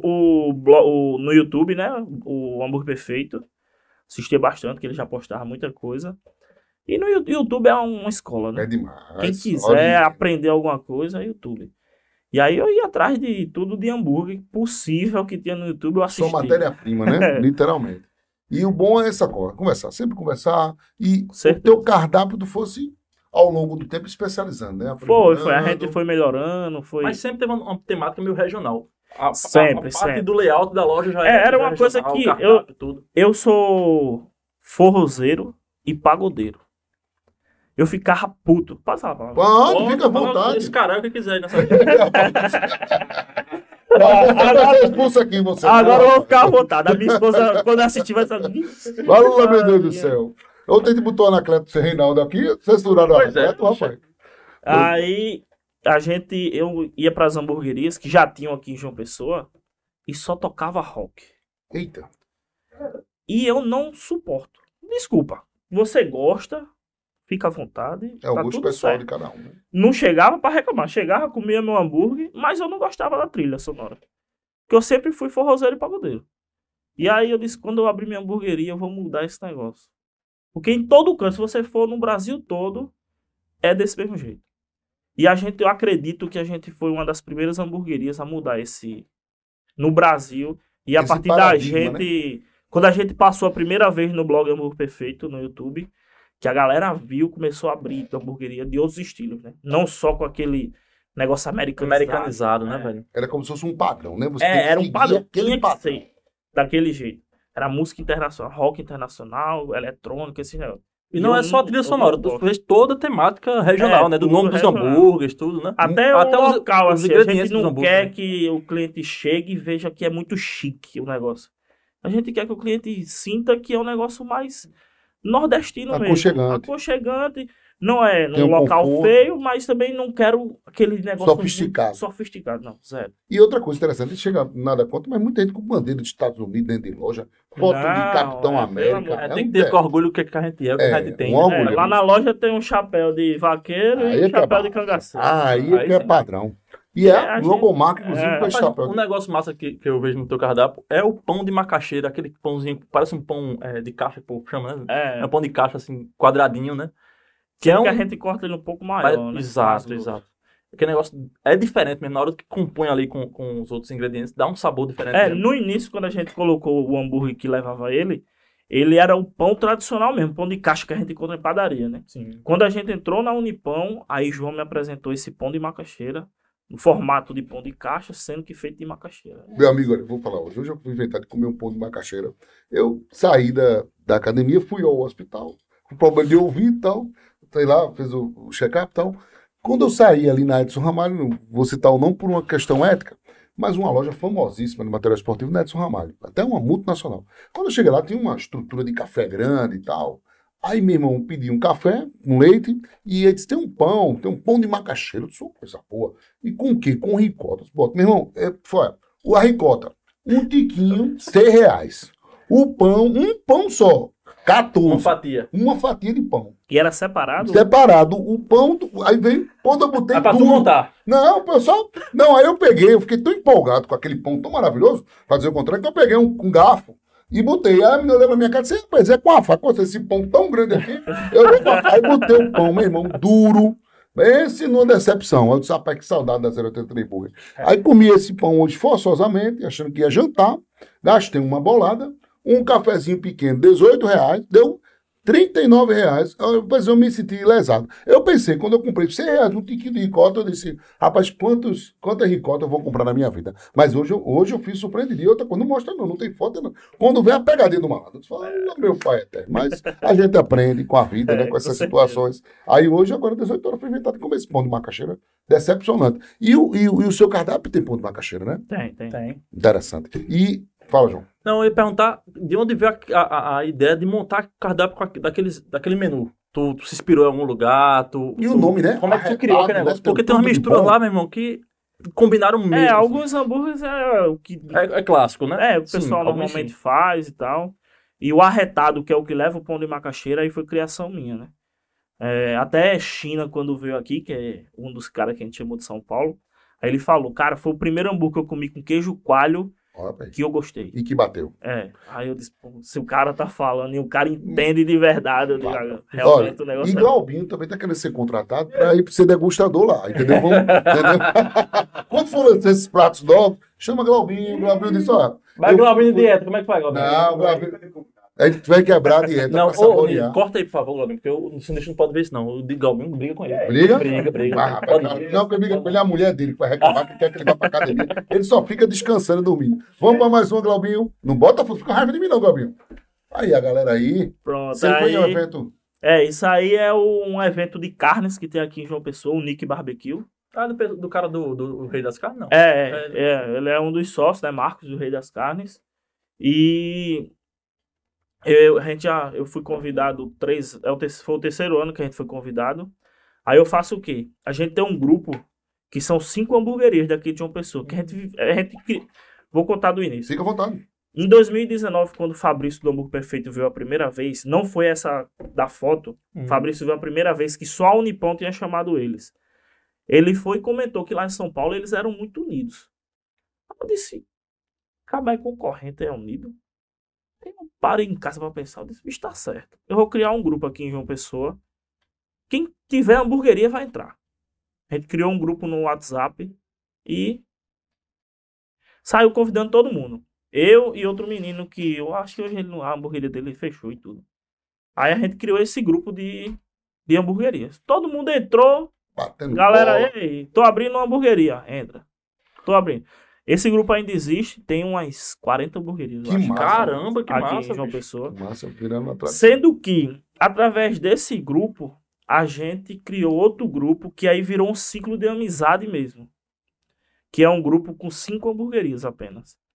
no YouTube, né? O Hambúrguer Perfeito. Assistia bastante, que ele já postava muita coisa. E no YouTube é uma escola, né? É demais. Quem quiser aprender alguma coisa, é YouTube. E aí eu ia atrás de tudo de hambúrguer possível que tinha no YouTube, eu Só assistia. matéria-prima, né? Literalmente. E o bom é essa coisa, conversar, sempre conversar. E o Certo. teu cardápio fosse, ao longo do tempo, especializando, né? Foi. A Aprimorando. gente foi melhorando, foi... Mas sempre teve uma temática meio regional. A Sempre, parte sempre. do layout da loja já Era uma coisa regional, que cardápio, tudo. Eu sou forrozeiro e pagodeiro. Eu ficava puto. Passa a palavra. Pode, fica à Fala vontade. Esse caralho que quiser aí nessa Agora eu expulso aqui você. Agora eu vou ficar à vontade. A minha esposa, quando assistir, vai saber. Fala, meu Deus do céu. Eu tentei botar o Anacleto sem Reinaldo aqui, censuraram o Pois é, Anacleto, rapaz. Aí eu ia pras hamburguerias que já tinham aqui em João Pessoa e só tocava rock. Eita. E eu não suporto. Desculpa. Você gosta, fica à vontade. É o tá gosto tudo pessoal certo. de cada um. Né? Não chegava pra reclamar. Chegava, comia meu hambúrguer, mas eu não gostava da trilha sonora. Porque eu sempre fui forrozeiro e pagodeiro. E aí eu disse, quando eu abrir minha hamburgueria, eu vou mudar esse negócio. Porque em todo canto, se você for no Brasil todo, é desse mesmo jeito. E eu acredito que a gente foi uma das primeiras hamburguerias a mudar esse... No Brasil. E a Esse partir da paradigma, gente... Quando a gente passou a primeira vez no blog Hambúrguer Perfeito, no YouTube, que a galera viu, começou a abrir hamburgueria de outros estilos, né? Não só com aquele negócio americanizado, né, É. velho? Era como se fosse um padrão, né? Você tem que Era um seguir padrão, aquele tinha que padrão. ser daquele jeito. Era música internacional, rock internacional, eletrônica, esse negócio. E não é só a trilha sonora, tu fez toda a temática regional, né? Do tudo nome dos regional. hambúrgueres, tudo, né? Até Até o os- local, os assim, a gente ingredientes dos não hambúrgueres, quer né? que o cliente chegue e veja que é muito chique o negócio. A gente quer que o cliente sinta que é um negócio mais nordestino mesmo. Aconchegante. Aconchegante. Não é Tem num um local conforto. feio, mas também não quero aquele negócio Sofisticado. muito sofisticado. Não, zero. E outra coisa interessante, chega nada contra, mas muita gente com bandeira dos Estados Unidos dentro de loja, foto de Não, Capitão pelo América. amor- Tem que ter orgulho do que a gente é, o que a gente tem. um né? orgulho. Lá na loja tem um chapéu de vaqueiro Aí e é um que é chapéu de barato. cangaceiro. Aí é que é sim. padrão. E é a gente- logomarca, inclusive, com esse Rapaz, chapéu. um negócio massa que eu vejo no teu cardápio é o pão de macaxeira, aquele pãozinho que parece um pão de caixa, pô, chama, né? É É, um pão de caixa, assim, quadradinho, né? Que que é um... a gente corta ele um pouco maior, né? Exato, Mais exato. Aquele negócio é diferente mesmo, na hora que compõe ali com os outros ingredientes, dá um sabor diferente. É, mesmo. no início, quando a gente colocou o hambúrguer que levava ele era o pão tradicional mesmo, pão de caixa que a gente encontra em padaria, né? Sim. Quando a gente entrou na Unipão, aí João me apresentou esse pão de macaxeira, no formato de pão de caixa, sendo que feito de macaxeira. Meu amigo, olha, eu vou falar hoje. Hoje eu fui inventar de comer um pão de macaxeira. Eu saí da academia, fui ao hospital, com problema de ouvir e tal. Sei lá, fez o check-up e tal. Quando eu saí ali na Edson Ramalho, não vou citar o nome por uma questão ética, mas uma loja famosíssima de material esportivo na Edson Ramalho, até uma multinacional. Quando eu cheguei lá, tinha uma estrutura de café grande e tal. Aí meu irmão pediu um café, um leite, e ele disse, tem um pão de macaxeira. Eu disse, coisa boa. E com o quê? Com ricota. Eu disse, bota, meu irmão, a ricota, um tiquinho, R$6. O pão, um pão só, 14. Uma fatia. Uma fatia de pão. E era separado? Separado. O pão, aí veio, quando eu botei É pra tu tudo. montar. Não, pessoal. Não, aí eu peguei, eu fiquei tão empolgado com aquele pão tão maravilhoso, pra dizer o contrário, que eu peguei um garfo e botei. Aí a menina olhou pra minha cara e disse, rapaz, é com a faca, esse pão tão grande aqui. Aí botei o pão, meu irmão, duro. Esse não decepção. Eu disse, rapaz, que saudade da 083 Burger. Aí comi esse pão hoje forçosamente, achando que ia jantar. Gastei uma bolada, um cafezinho pequeno, R$18, deu R$39. Eu me senti lesado. Eu pensei, quando eu comprei R$100 um tiquinho de ricota, eu disse, rapaz, quanta ricota eu vou comprar na minha vida? Mas hoje eu fui surpreendido. E outra coisa, não mostra não tem foto não. Quando vem a pegadinha do malandro, eu falo, meu pai é eterno. Mas a gente aprende com a vida, né, com essas situações. Aí hoje, agora 18 horas, fui inventado de comer esse pão de macaxeira. Decepcionante. E o seu cardápio tem pão de macaxeira, né? Tem. Interessante. E, fala, João. Não, eu ia perguntar de onde veio a ideia de montar cardápio daquele menu. Tu se inspirou em algum lugar? E o nome, né? Como é que tu criou aquele Arretado, negócio? né? Porque tem umas Tudo de misturas bom. lá, meu irmão, que combinaram mesmo. É, assim. alguns hambúrgueres é o que É clássico, né? o pessoal Sim, alguns normalmente sim. faz e tal. E o arretado, que é o que leva o pão de macaxeira, aí foi criação minha, né? Até China, quando veio aqui, que é um dos caras que a gente chamou de São Paulo, aí ele falou, cara, foi o primeiro hambúrguer que eu comi com queijo coalho Ó, rapaz. que eu gostei. E que bateu. Aí eu disse, pô, se o cara tá falando e o cara entende de verdade, eu digo, Olha, realmente o negócio e Glaubinho também tá querendo ser contratado para ir ser degustador lá, entendeu? Entendeu? Quando for lançar esses pratos novos, chama Glaubinho. O Glaubinho disse, ó. Vai, Glaubinho, dieta, como é que faz, Glaubinho? Não, Glaubinho. A gente vai quebrar a dieta Não, pra saborear. corta aí, por favor, Glaubinho, porque o Sinistro não pode ver isso, não. O Glaubinho briga com ele. Briga? Briga. Mas, rapaz, não, porque briga com ele é a mulher dele que vai reclamar que quer que ele vá pra academia. Ele só fica descansando e dormindo. Vamos pra mais uma, Glaubinho. Não bota foto, fica raiva de mim não, Glaubinho. Aí a galera aí. Pronto, Você foi aí... em um evento. Isso aí é um evento de carnes que tem aqui em João Pessoa, o Nick Barbecue. Ah, do cara do Rei das Carnes, não. Ele é um dos sócios, né, Marcos, do Rei das Carnes. E eu fui convidado foi o terceiro ano que a gente foi convidado. Aí eu faço o quê? A gente tem um grupo que são 5 hamburguerias daqui de João Pessoa, que vou contar do início. Fica à vontade. Em 2019, quando o Fabrício do Hambúrguer Perfeito veio a primeira vez, não foi essa da foto, Fabrício veio a primeira vez que só a Unipão tinha chamado eles. Ele foi e comentou que lá em São Paulo eles eram muito unidos. Eu disse, acabar concorrente é unido? Eu parei em casa pra pensar, eu disse, bicho, tá certo. Eu vou criar um grupo aqui em João Pessoa. Quem tiver hamburgueria vai entrar. A gente criou um grupo no WhatsApp e saiu convidando todo mundo. Eu e outro menino que eu acho que hoje a hamburgueria dele fechou e tudo. Aí a gente criou esse grupo de hamburguerias. Todo mundo entrou. Batendo Galera, bola. ei, tô abrindo uma hamburgueria. Entra. Tô abrindo. Esse grupo ainda existe, tem umas 40 hamburguerias. eu Que acho, massa. Caramba, que aqui massa, em João bicho. Pessoa. Massa, virando atrás. Sendo que, através desse grupo, a gente criou outro grupo que aí virou um ciclo de amizade mesmo. Que é um grupo com 5 hamburguerias apenas.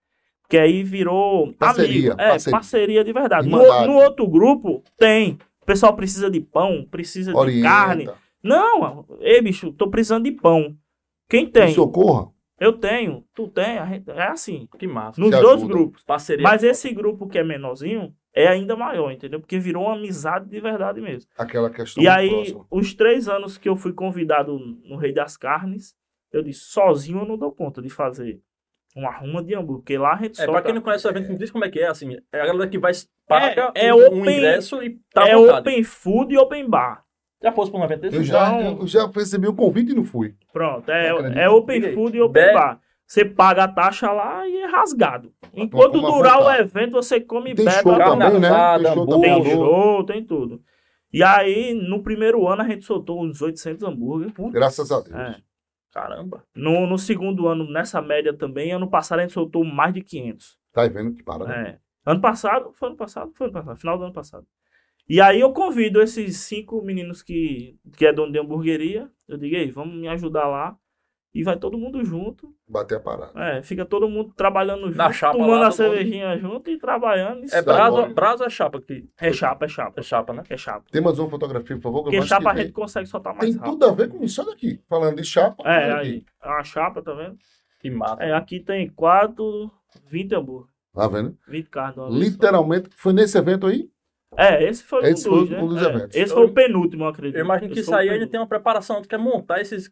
Que aí virou Parceria, amigo. Parceria de verdade. Irmandade. No outro grupo, tem. O pessoal precisa de pão, precisa de Orienta. carne. Não, ei, bicho, tô precisando de pão. Quem Me tem? socorra. Eu tenho, tu tem, é assim. Que massa. Nos Se dois ajuda. grupos. Parceria. Mas esse grupo que é menorzinho é ainda maior, entendeu? Porque virou uma amizade de verdade mesmo. Aquela questão E muito aí, próxima. os 3 anos que eu fui convidado no Rei das Carnes, eu disse, sozinho eu não dou conta de fazer uma ruma de hambúrguer. Porque lá a gente Pra quem não conhece o evento, me diz como é que é, assim. É a galera que vai paga É um open- ingresso e tá à é vontade. open food e open bar. Já fosse pra um evento desse? Eu já recebi o convite e não fui. Pronto, Acredito. é open Diga aí. food e open Be- bar. Você paga a taxa lá e é rasgado. Enquanto Como à durar o vontade. evento, você come e Tem bebe. show à carne também, né? assada, Tem show hambúrguer. também. Tem show, tem tudo. E aí, no primeiro ano, a gente soltou uns 800 hambúrguer. Graças a Deus. É. Caramba. No segundo ano, nessa média também, ano passado a gente soltou mais de 500. Tá vendo que para, né? É. Ano passado, final do ano passado. E aí eu convido esses 5 meninos que é dono de hamburgueria. Eu digo, ei, vamos me ajudar lá. E vai todo mundo junto. Bater a parada. Fica todo mundo trabalhando junto, Na chapa tomando lá, a todo cervejinha junto e trabalhando. É brasa ou é chapa aqui? É chapa, é chapa. É chapa, né? É chapa. Tem mais uma fotografia, por favor? que eu Porque acho chapa a que gente consegue soltar mais tem rápido. tudo a ver com isso. Olha aqui. Falando de chapa. olha aqui. Aí. A chapa, tá vendo? Que massa. Aqui tem 20 hambúrguer. Tá vendo? 20 carnes. de uma vez só. Literalmente, foi nesse evento aí? Esse foi Esse foi né? um dos eventos. Esse foi o penúltimo, eu acredito. Eu imagino que Esse isso foi o aí ainda penúltimo. tem uma preparação. Tu quer montar essa-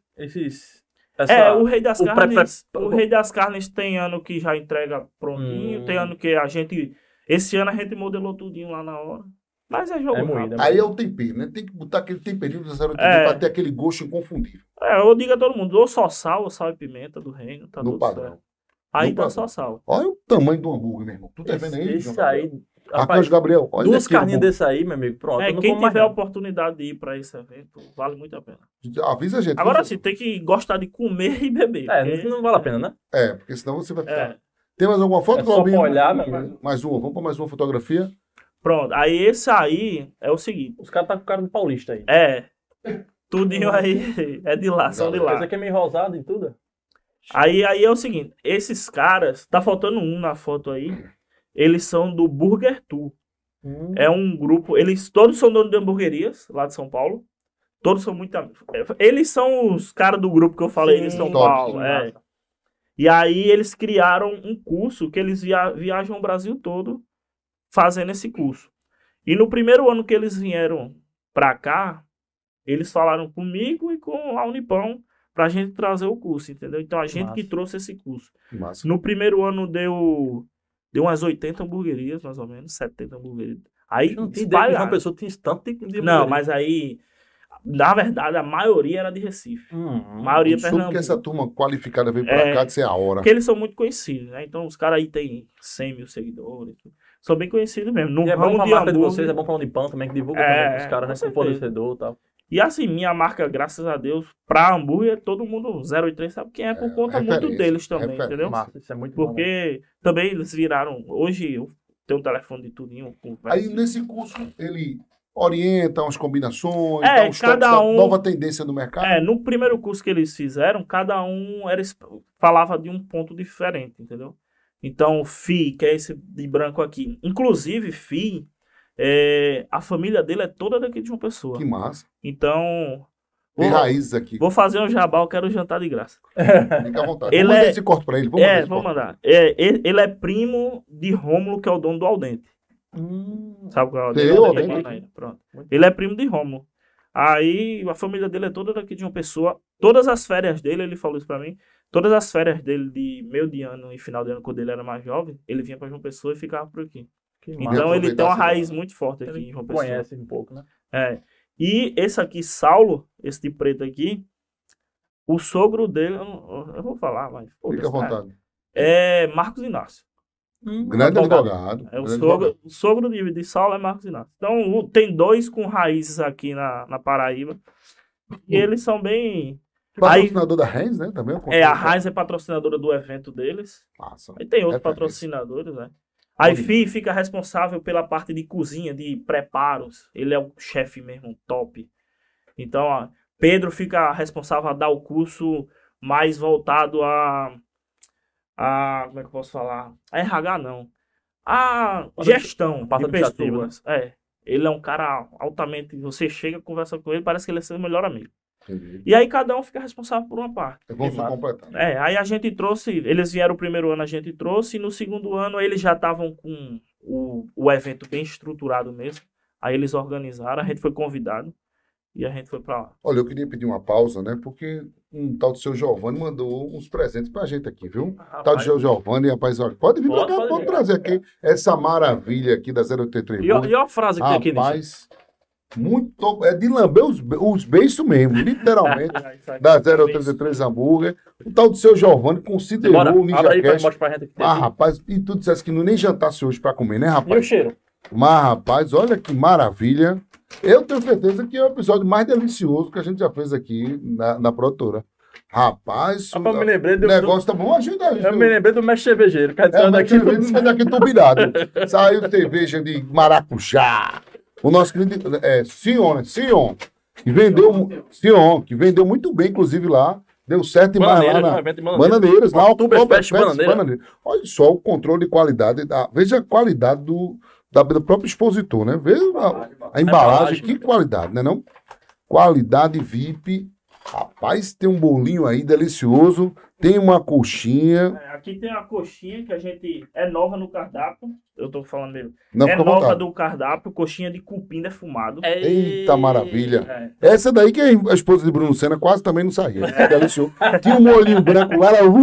O Rei das o Carnes. pré- O Rei das Carnes tem ano que já entrega prontinho, tem ano que a gente. Esse ano a gente modelou tudinho lá na hora. Mas é jogo É moído, rápido. né? Aí é o tempero, né? Tem que botar aquele temperinho do 0,8 É. pra ter aquele gosto inconfundível. Eu digo a todo mundo, ou só sal e pimenta do reino, tá No tudo padrão. certo. Aí No tá padrão. só sal. Olha o tamanho do hambúrguer, meu irmão. Tu tá vendo aí? Esse João aí. Gabriel? Rapaz, Arcanjo Gabriel, olha duas aqui o carninhas hambúrguer. desse aí, meu amigo. Pronto. eu não Quem como mais tiver a não. oportunidade de ir pra esse evento, vale muito a pena. Avisa a gente. Agora avisa. sim, tem que gostar de comer e beber. porque- Não vale a pena, né? Porque senão você vai ficar. É. Tem mais alguma foto, É só Claudinho? pra olhar, meu amigo. Mais uma. Vamos para mais uma fotografia. Pronto, aí esse aí é o seguinte. Os caras tá com cara de paulista aí. Tudinho aí é de lá, são de Esse lá. aqui é meio rosado e tudo. Aí é o seguinte, esses caras, tá faltando um na foto aí, eles são do Burger Tour. É um grupo, eles todos são donos de hamburguerias lá de São Paulo. Todos são muito amigos. Eles são os caras do grupo que eu falei de São top. Paulo. E aí eles criaram um curso que eles viajam o Brasil todo fazendo esse curso. E no primeiro ano que eles vieram pra cá, eles falaram comigo e com a Unipão pra gente trazer o curso, entendeu? Então a gente Massa. que trouxe esse curso. Que massa. No primeiro ano deu umas 80 hamburguerias, mais ou menos, 70 hamburguerias. Aí Não tem ideia que uma espalharam. pessoa tinha tanto de Não, hamburgueria. mas aí, na verdade, a maioria era de Recife. A maioria Soube que Pernambuco. essa turma qualificada veio pra cá de ser a hora. Porque eles são muito conhecidos, né? Então os caras aí têm 100 mil seguidores. São bem conhecidos mesmo. No E é bom ramo pra de marca de hambúrguer. vocês, é bom pra um de pão também, que divulga É, também pros caras, né? com Com certeza. fornecedor e tal. E assim, minha marca, graças a Deus, pra hambúrguer, todo mundo 083 sabe quem é por conta muito referência, deles também, referência. entendeu? Massa, isso é muito bom. né? Porque também eles viraram. Hoje eu tenho um telefone de tudinho. Aí nesse curso ele orienta umas combinações, É, dá uns cada toques da um- nova tendência do mercado. No primeiro curso que eles fizeram, cada um falava de um ponto diferente, entendeu? Então, o Fi, que é esse de branco aqui. Inclusive, Fi, a família dele é toda daqui de uma pessoa. Que massa. Então, Tem vou, raízes aqui. vou fazer um jabá, eu quero jantar de graça. Fica à vontade. Ele Vamos mandar é- esse corte pra ele. Vamos mandar esse Vou corte. mandar. Ele é primo de Rômulo, que é o dono do Aldente. Sabe qual é o Sei, dono? o Aldente? Aldente. Aí, pronto. Ele é primo de Rômulo. Aí a família dele é toda daqui de uma pessoa. Todas as férias dele, ele falou isso pra mim. Todas as férias dele de meio de ano e final de ano, quando ele era mais jovem, ele vinha pra João Pessoa e ficava por aqui. Que Então massa. ele tem uma aproveitar a raiz cidade. muito forte aqui em João Pessoa. Conhece um pouco, né? E esse aqui, Saulo, esse de preto aqui, o sogro dele, eu vou falar, mas Fica à foda-se, vontade. é Marcos Inácio. Grande advogado. advogado. O grande sogro, de Saulo é Marcos Inácio. Então tem dois com raízes aqui na Paraíba. E eles são bem. Patrocinador da Heinz, né? Também. A Heinz é patrocinadora do evento deles. Massa. Aí tem outros Referência. patrocinadores, né? Aí Fi fica responsável pela parte de cozinha, de preparos. Ele é o chefe mesmo, top. Então, ó, Pedro fica responsável a dar o curso mais voltado como é que eu posso falar? A RH não. A gestão parte de administrativa, pessoas. Ele é um cara altamente. Você chega, conversa com ele, parece que ele é seu melhor amigo. Entendi. E aí cada um fica responsável por uma parte. É bom você completar. Aí a gente trouxe, eles vieram o primeiro ano, a gente trouxe, e no segundo ano eles já estavam com o evento bem estruturado mesmo. Aí eles organizaram, a gente foi convidado e a gente foi pra lá. Olha, eu queria pedir uma pausa, né? Porque um tal do seu Giovanni mandou uns presentes pra gente aqui, viu? Tal de seu Giovanni, rapaz, olha, pode vir pra cá, Pode pode vir. trazer aqui essa maravilha aqui da 083 E a frase que tem aqui, Nishi? Rapaz, muito. É de lamber os beiços mesmo, literalmente. Da 083 Hambúrguer. O tal do seu Giovanni considerou Bora, o abre aí pra NinjaCast. mostrar pra gente. Ah, rapaz, e tu dissesse que não nem jantasse hoje pra comer, né, E o rapaz? cheiro? Mas, rapaz, olha que maravilha. Eu tenho certeza que é o episódio mais delicioso que a gente já fez aqui na produtora. Rapaz, Rapaz, eu me lembrei o do... negócio tá bom, ajuda a gente. Eu me lembrei do mestre cervejeiro. Quer dizer, Mas daqui... cerveja sai daqui turbinado. Saiu cerveja de maracujá. O nosso querido Sion, né? Sion, que vendeu muito bem, inclusive lá. Deu certo demais lá Bananeiras, na um evento de Bananeiras. Bananeiras, lá o Oktoberfest Bananeira. Bananeira. Olha só o controle de qualidade. Veja a qualidade do próprio expositor, né? Veja a embalagem, que qualidade, né não? Qualidade VIP. Rapaz, tem um bolinho aí delicioso. Tem uma coxinha. Aqui tem uma coxinha que a gente é nova no cardápio. Eu tô falando mesmo. Não, É fica à nova vontade. do cardápio, coxinha de cupim defumado. Eita maravilha. É. Essa daí que a esposa de Bruno Senna quase também não saía. Delicioso. Tinha um molhinho branco lá, era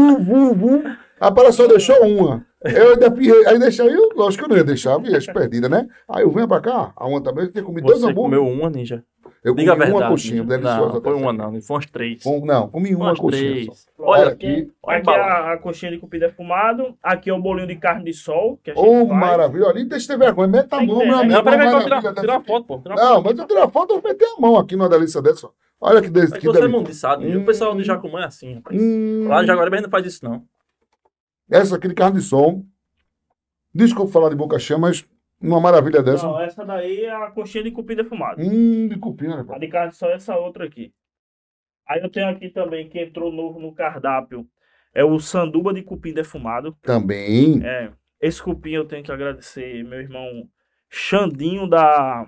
A para só deixou uma. Eu ainda aí deixei, lógico que eu não ia deixar, eu ia perdida, né? Aí eu venho pra cá, a uma também, eu tinha comido 2 Você hambúrgueres. comeu uma, Ninja? Eu Diga a comi verdade. uma coxinha Ninja. deliciosa. Não, foi uma não. Foi umas 3. Não, comi uma Umas coxinha 3. só. Olha Olha aqui. aqui. Olha a Aqui é embalagem. a coxinha de cupim defumado. Aqui é o bolinho de carne de sol que a gente Ô, faz. maravilha. Olha, deixa eu ter vergonha. Meta a Tem que mão, ter, meu né? amigo. Não, peraí, uma vamos maravilha tirar dessa. foto, pô. Tirar Não, foto. mas eu tirar foto, eu vou meter a mão aqui numa delícia dessa. Olha que delícia. Mas você não disse, sabe? O pessoal do Jacumã é assim, rapaz. Lá em Jaguaribe a gente não faz isso, não. Essa aqui de carne de sol. Desculpa falar de boca cheia, mas uma maravilha dessa. Não, essa daí é a coxinha de cupim defumado. De cupim, né, A pai? de carne de sol é essa outra aqui. Aí eu tenho aqui também, que entrou novo no cardápio, é o sanduba de cupim defumado. Também. Esse cupim eu tenho que agradecer meu irmão Xandinho da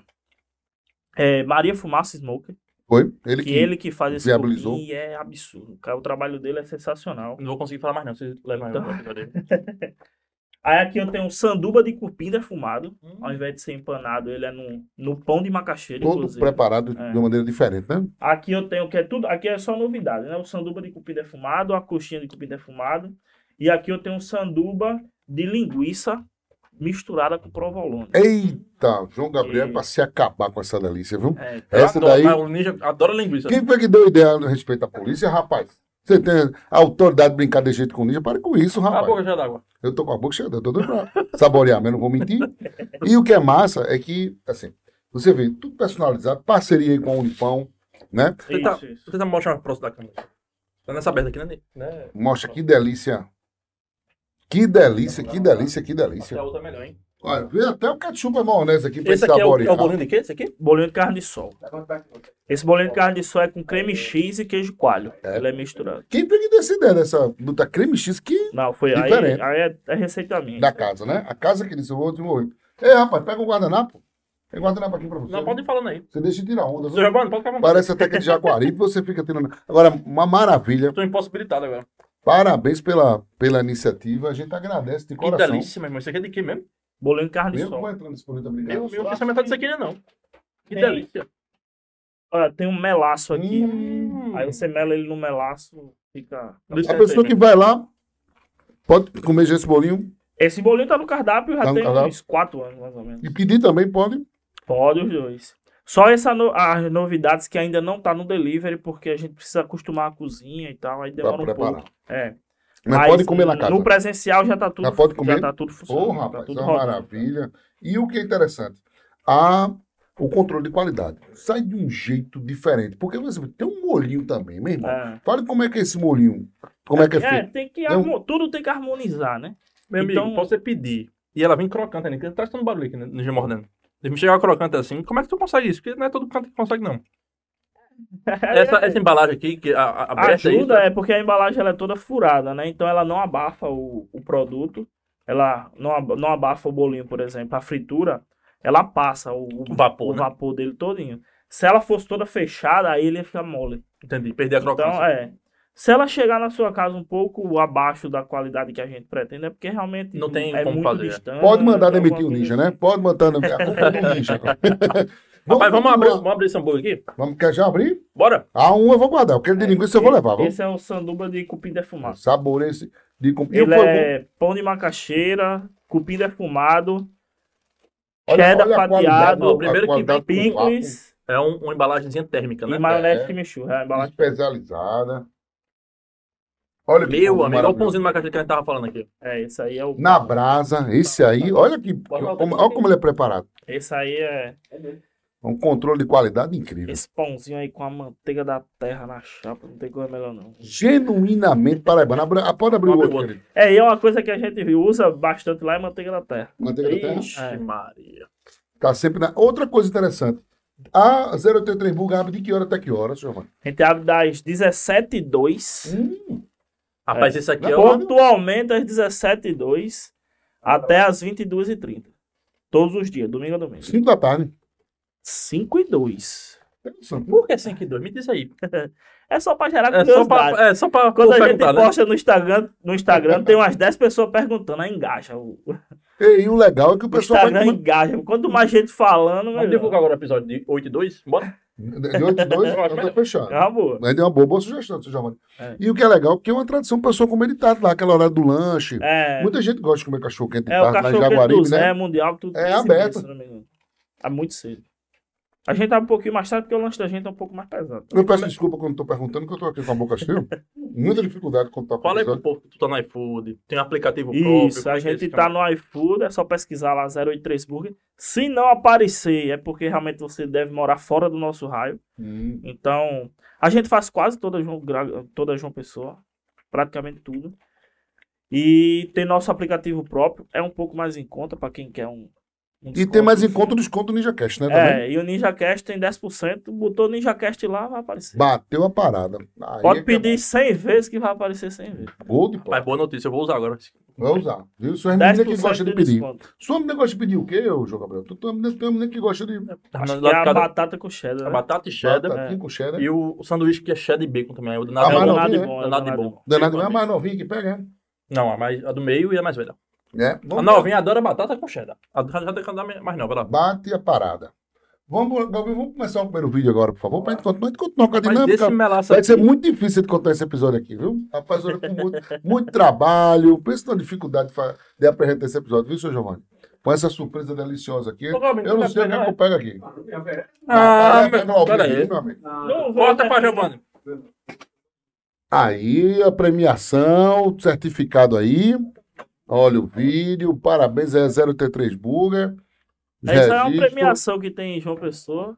Maria Fumaça Smoker. Foi? Ele que faz esse viabilizou. cupim e é absurdo. O trabalho dele é sensacional. Não vou conseguir falar mais, não. Vocês levam Então. eu. Aí aqui eu tenho um sanduba de cupim defumado. Ao invés de ser empanado, ele é no pão de macaxeira, Todo inclusive. preparado de uma maneira diferente, né? Aqui eu tenho que é tudo. Aqui é só novidade, né? O sanduba de cupim defumado, a coxinha de cupim defumado. E aqui eu tenho um sanduba de linguiça misturada com provolone. Eita, João Gabriel, é pra se acabar com essa delícia, viu? Eu Essa adoro, daí. mas o Ninja adora linguiça. Quem foi que deu ideia a respeito à polícia, rapaz? Você tem a autoridade de brincar de jeito com ninja? Para com isso, Cala a rapaz. boca já d'água. Eu tô com a boca cheia, eu tô doido pra saborear, mas não vou mentir. E o que é massa é que, assim, você vê, tudo personalizado, parceria aí com a Unipão, né? Isso. Você tá mostrando mais próximo da câmera. Tá nessa aberta aqui, né? Mostra que delícia. Que delícia, que delícia, que delícia. A outra é melhor, hein? Olha, vê até o ketchup e maionese aqui pra Esse aqui é saborear. o bolinho de quê? Esse aqui? Bolinho de carne de sol. Esse bolinho de carne de sol é com creme X e queijo coalho. Ele é misturado. Quem foi que deu essa ideia dessa luta creme X que Não, foi Diferente. aí é receita minha. da casa, né? A casa que disse, eu vou desenvolver. Ei, rapaz, pega um guardanapo. Tem guardanapo aqui pra você. Não, pode ir falando aí. Você deixa de tirar onda. viu? Seu Giovanni, pode ficar à vontade. Parece até que é de Jaguaribe, você fica tirando. Agora, uma maravilha. Eu tô impossibilitado agora. Parabéns pela iniciativa. A gente agradece de Que coração. delícia, meu irmão. Isso aqui é de quê mesmo? Bolinho de carne de Eu não sol. vou entrar nesse bonito, Meu obrigado. pensamento é disso aqui, não. Que Tem. delícia. Olha, tem um melaço aqui. Hum. Aí você mela ele no melaço, fica... A pessoa que vai lá pode comer já esse bolinho Esse bolinho tá no cardápio já Tá no tem cardápio? uns 4 anos, mais ou menos. e pedir também, pode. Pode os dois. Só as novidades que ainda não tá no delivery, porque a gente precisa acostumar a cozinha e tal, aí demora um preparar. pouco. Mas pode comer na casa. No presencial já tá tudo, Já pode comer? já tá tudo funcionando. Ô, tá rapaz, tudo é uma rodando. maravilha. E o que é interessante, o controle de qualidade sai de um jeito diferente. Porque você vê, tem um molhinho também, meu irmão. Fale como é que é esse molhinho. Como é que é feito. Tem que Tem tudo tem que harmonizar, né? Meu amigo, Então- pode você pedir. E ela vem crocante, né? Tá escutando barulho aqui, né? No G mordendo. Se me chegar crocante assim, como é que tu consegue isso? Porque não é todo canto que consegue, não. Essa embalagem aqui, que aberta Ajuda, isso, porque a embalagem ela é toda furada, né? Então ela não abafa o produto, ela não abafa o bolinho, por exemplo. A fritura, ela passa o vapor, o né? vapor dele todinho. Se ela fosse toda fechada, aí ele ia ficar mole. Entendi, perder a crocância. Então, se ela chegar na sua casa um pouco abaixo da qualidade que a gente pretende, é porque realmente Não tem é como muito fazer. distante. Pode mandar alguma demitir o coisa ninja, assim. né? Pode mandar demitir. A culpa é do ninja. Rapaz, vamos continuar. abrir esse hambúrguer aqui? Quer já abrir? Bora? Eu vou guardar. Aquele de linguiça eu vou levar. Vamos? Esse é o sanduba de cupim defumado. Sabor esse de cupim. Ele é pão de macaxeira, cupim defumado, cheddar a qualidade, fatiado, Ó, primeiro que qualidade do picles É uma embalagenzinha térmica, e né? maionese É. chimichurri. É a embalagem. especializada. Olha que Meu coisa amigo, olha o maravilhosa. pãozinho de macaxeira que a gente tava falando aqui. Esse aí é o. Na brasa, esse aí, olha como ele é preparado. Esse aí é Um controle de qualidade incrível. esse pãozinho aí com a manteiga da terra na chapa. Não tem coisa melhor, não. Genuinamente paraibano. Pode abrir o Abre outro, o outro. querido. E é uma coisa que a gente usa bastante lá é manteiga da terra. Manteiga da terra. Ixi, É. Maria. Tá sempre na... Outra coisa interessante. A 083 Burger abre de que hora até que hora, senhor Giovanni? A gente abre das 17h02. Rapaz, esse aqui é Não, o... Pontualmente às 17h02 até às 22h30. Todos os dias, domingo a domingo. 5 da tarde. 5h02. Interessante. Por que 5 e 2? Me diz aí. É só pra gerar É só curiosidade. pra, Quando a gente perguntar, né? posta no Instagram tem umas 10 pessoas perguntando, aí engaja. O E o legal é que o pessoal Instagram vai... engaja. Quanto mais gente falando, Vamos melhor. divulgar agora o episódio de 8 e 2? Bora? De 8 e 2, Eu acho tá melhor. fechado. É uma boa. Mas deu uma boa sugestão, seu Giovanni. É. E o que é legal, que é uma tradição, o pessoal comer de tarde lá, aquela hora do lanche. É, Muita gente gosta de comer cachorro quente de é o tarde lá em cachorro quente Jaguaribe, do Zé né? Mundial, tudo É 15 aberto. se não me engano. É muito cedo. A gente tá um pouquinho mais tarde porque o lanche da gente é um pouco mais pesado. Eu peço desculpa quando tô perguntando, que eu tô aqui com a boca cheia. Muita dificuldade quando tá Fala aí pro falando. povo que tu tá no iFood, tem um aplicativo próprio. Isso, a como é que é gente esse tá canal? no iFood, é só pesquisar lá 083 Burger. Se não aparecer, é porque realmente você deve morar fora do nosso raio. Então, a gente faz quase toda João Pessoa, praticamente tudo. E tem nosso aplicativo próprio, é um pouco mais em conta para quem quer um E desconto. tem mais em conta o desconto do NinjaCast, né? Também? É, e o NinjaCast tem 10%, botou NinjaCast lá, vai aparecer. Bateu a parada. Aí Pode é que é pedir 100 vezes que vai aparecer 100 vezes. bom. Gol de pau. Mas boa notícia, eu vou usar agora. Vai usar. Viu? Sua menina que 10% gosta de de pedir. desconto. Sua menina gosta de pedir o quê, ô João Gabriel? Tu é uma menina que gosta de Acho que é a batata com cheddar, A né? batata e cheddar. batatinha com cheddar. E o sanduíche que é cheddar e bacon também. É o A danado, mais É o novinha, danado de é? bom. danado de bom. Danado é a mais novinha que pega, né? Não, a do meio e a mais velha. É. A Vamos novinha adora batata com cheddar. A mais nova, lá. Bate a parada. Gabriel, vamos começar o primeiro vídeo agora, por favor, pra gente continuar com a Mas dinâmica. desse melaço Vai ser aqui, muito difícil de contar esse episódio aqui, viu? Rapaz, olha, com muito trabalho, pensa na dificuldade de apresentar esse episódio, viu, seu Giovanni? Com essa surpresa deliciosa aqui. Ô, Gabriel, Eu não tá sei o que é que eu pego aqui. Ah, Pera aí. meu amigo. Não, Corta pra Giovanni. Aí, a premiação, certificado aí. Olha o vídeo, parabéns, é 0T3 Burger. Essa é uma Registro. premiação que tem em João Pessoa.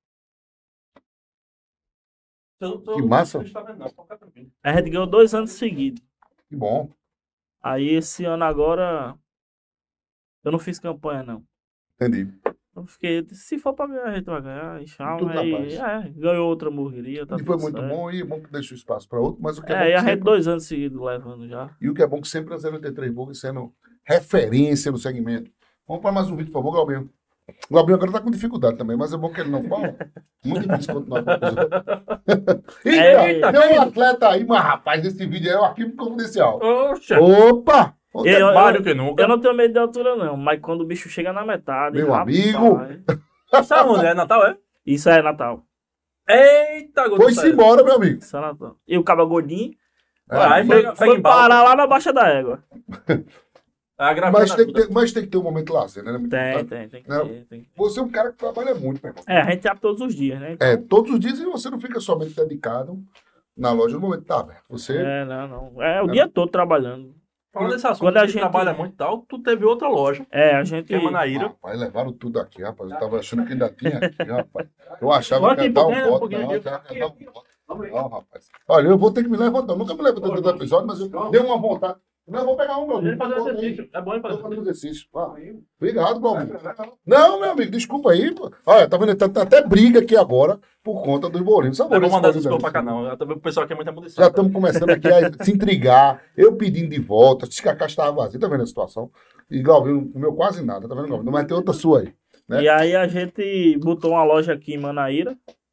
Que massa. A gente ganhou 2 anos seguidos. Que bom, Aí esse ano agora eu não fiz campanha, não. entendi. Eu fiquei, se for pra ganhar, a gente vai ganhar. E tchau. Tudo na Aí, ganhou outra hamburgueria. Tá E foi tudo muito certo. bom, e é bom que deixa o espaço para outro, mas o que é, bom E que a gente sempre... 2 anos seguidos levando já. E o que é bom que sempre a 083 Burger sendo referência no segmento. Vamos para mais um vídeo, por favor, Glaubinho. Glaubinho agora tá com dificuldade também, mas é bom que ele não fala. Muito difícil continuar com o episódio. Eita, tem um atleta aí, mas rapaz, esse vídeo é o arquivo confidencial. Oxa, Opa! Onde é Eu- mais do que nunca. Eu não tenho medo de altura, não. Mas quando o bicho chega na metade. Meu rapaz, amigo. Isso é onde? É Natal, é? Isso é Natal. Eita, gordinho. Foi-se embora, meu amigo. Isso é Natal. E o caba gordinho Aí mas, pega foi em bala. parar lá na Baixa da Égua. A gravata mas tem que ter um momento lazer, né? Muito Tem, importante. tem que Não. ter. Tem. Você é um cara que trabalha muito, meu irmão. É, a gente abre todos os dias, né? Então, É, todos os dias e você não fica somente dedicado na loja no momento que tá aberto. Você não. É o dia todo trabalhando. Falando desse assunto, Quando a que gente- trabalha muito e tal, tu teve outra loja, É, a gente. que é Manaíra. Rapaz, levaram tudo aqui, rapaz. Eu tava achando que ainda tinha aqui, rapaz. Eu achava Bota que aí, ia dar pouquinho, um bote, pouquinho não, aqui. achava que ia dar um bote. Não, rapaz. Olha, eu vou ter que me levantar. Eu nunca me levantei todo episódio, mas eu dei uma vontade. Não, vou pegar um, Glauber. Ele fazer um exercício. É bom ele Tô fazer fazendo um exercício. exercício. Obrigado, Glauber. Não, meu amigo, desculpa aí. Pô. Olha, tá vendo? Tá até briga aqui agora por conta dos bolinhos. Não vou mandar essas coisas pra cá, não. Também o pessoal aqui é muita munição. Já estamos começando aqui a se intrigar. Eu pedindo de volta. Diz que a caixa estava vazia. Tá vendo a situação? E Glauber não comeu quase nada. Tá vendo, Glauber? Mas tem outra sua aí. Né? E aí a gente botou uma loja aqui em Manaíra.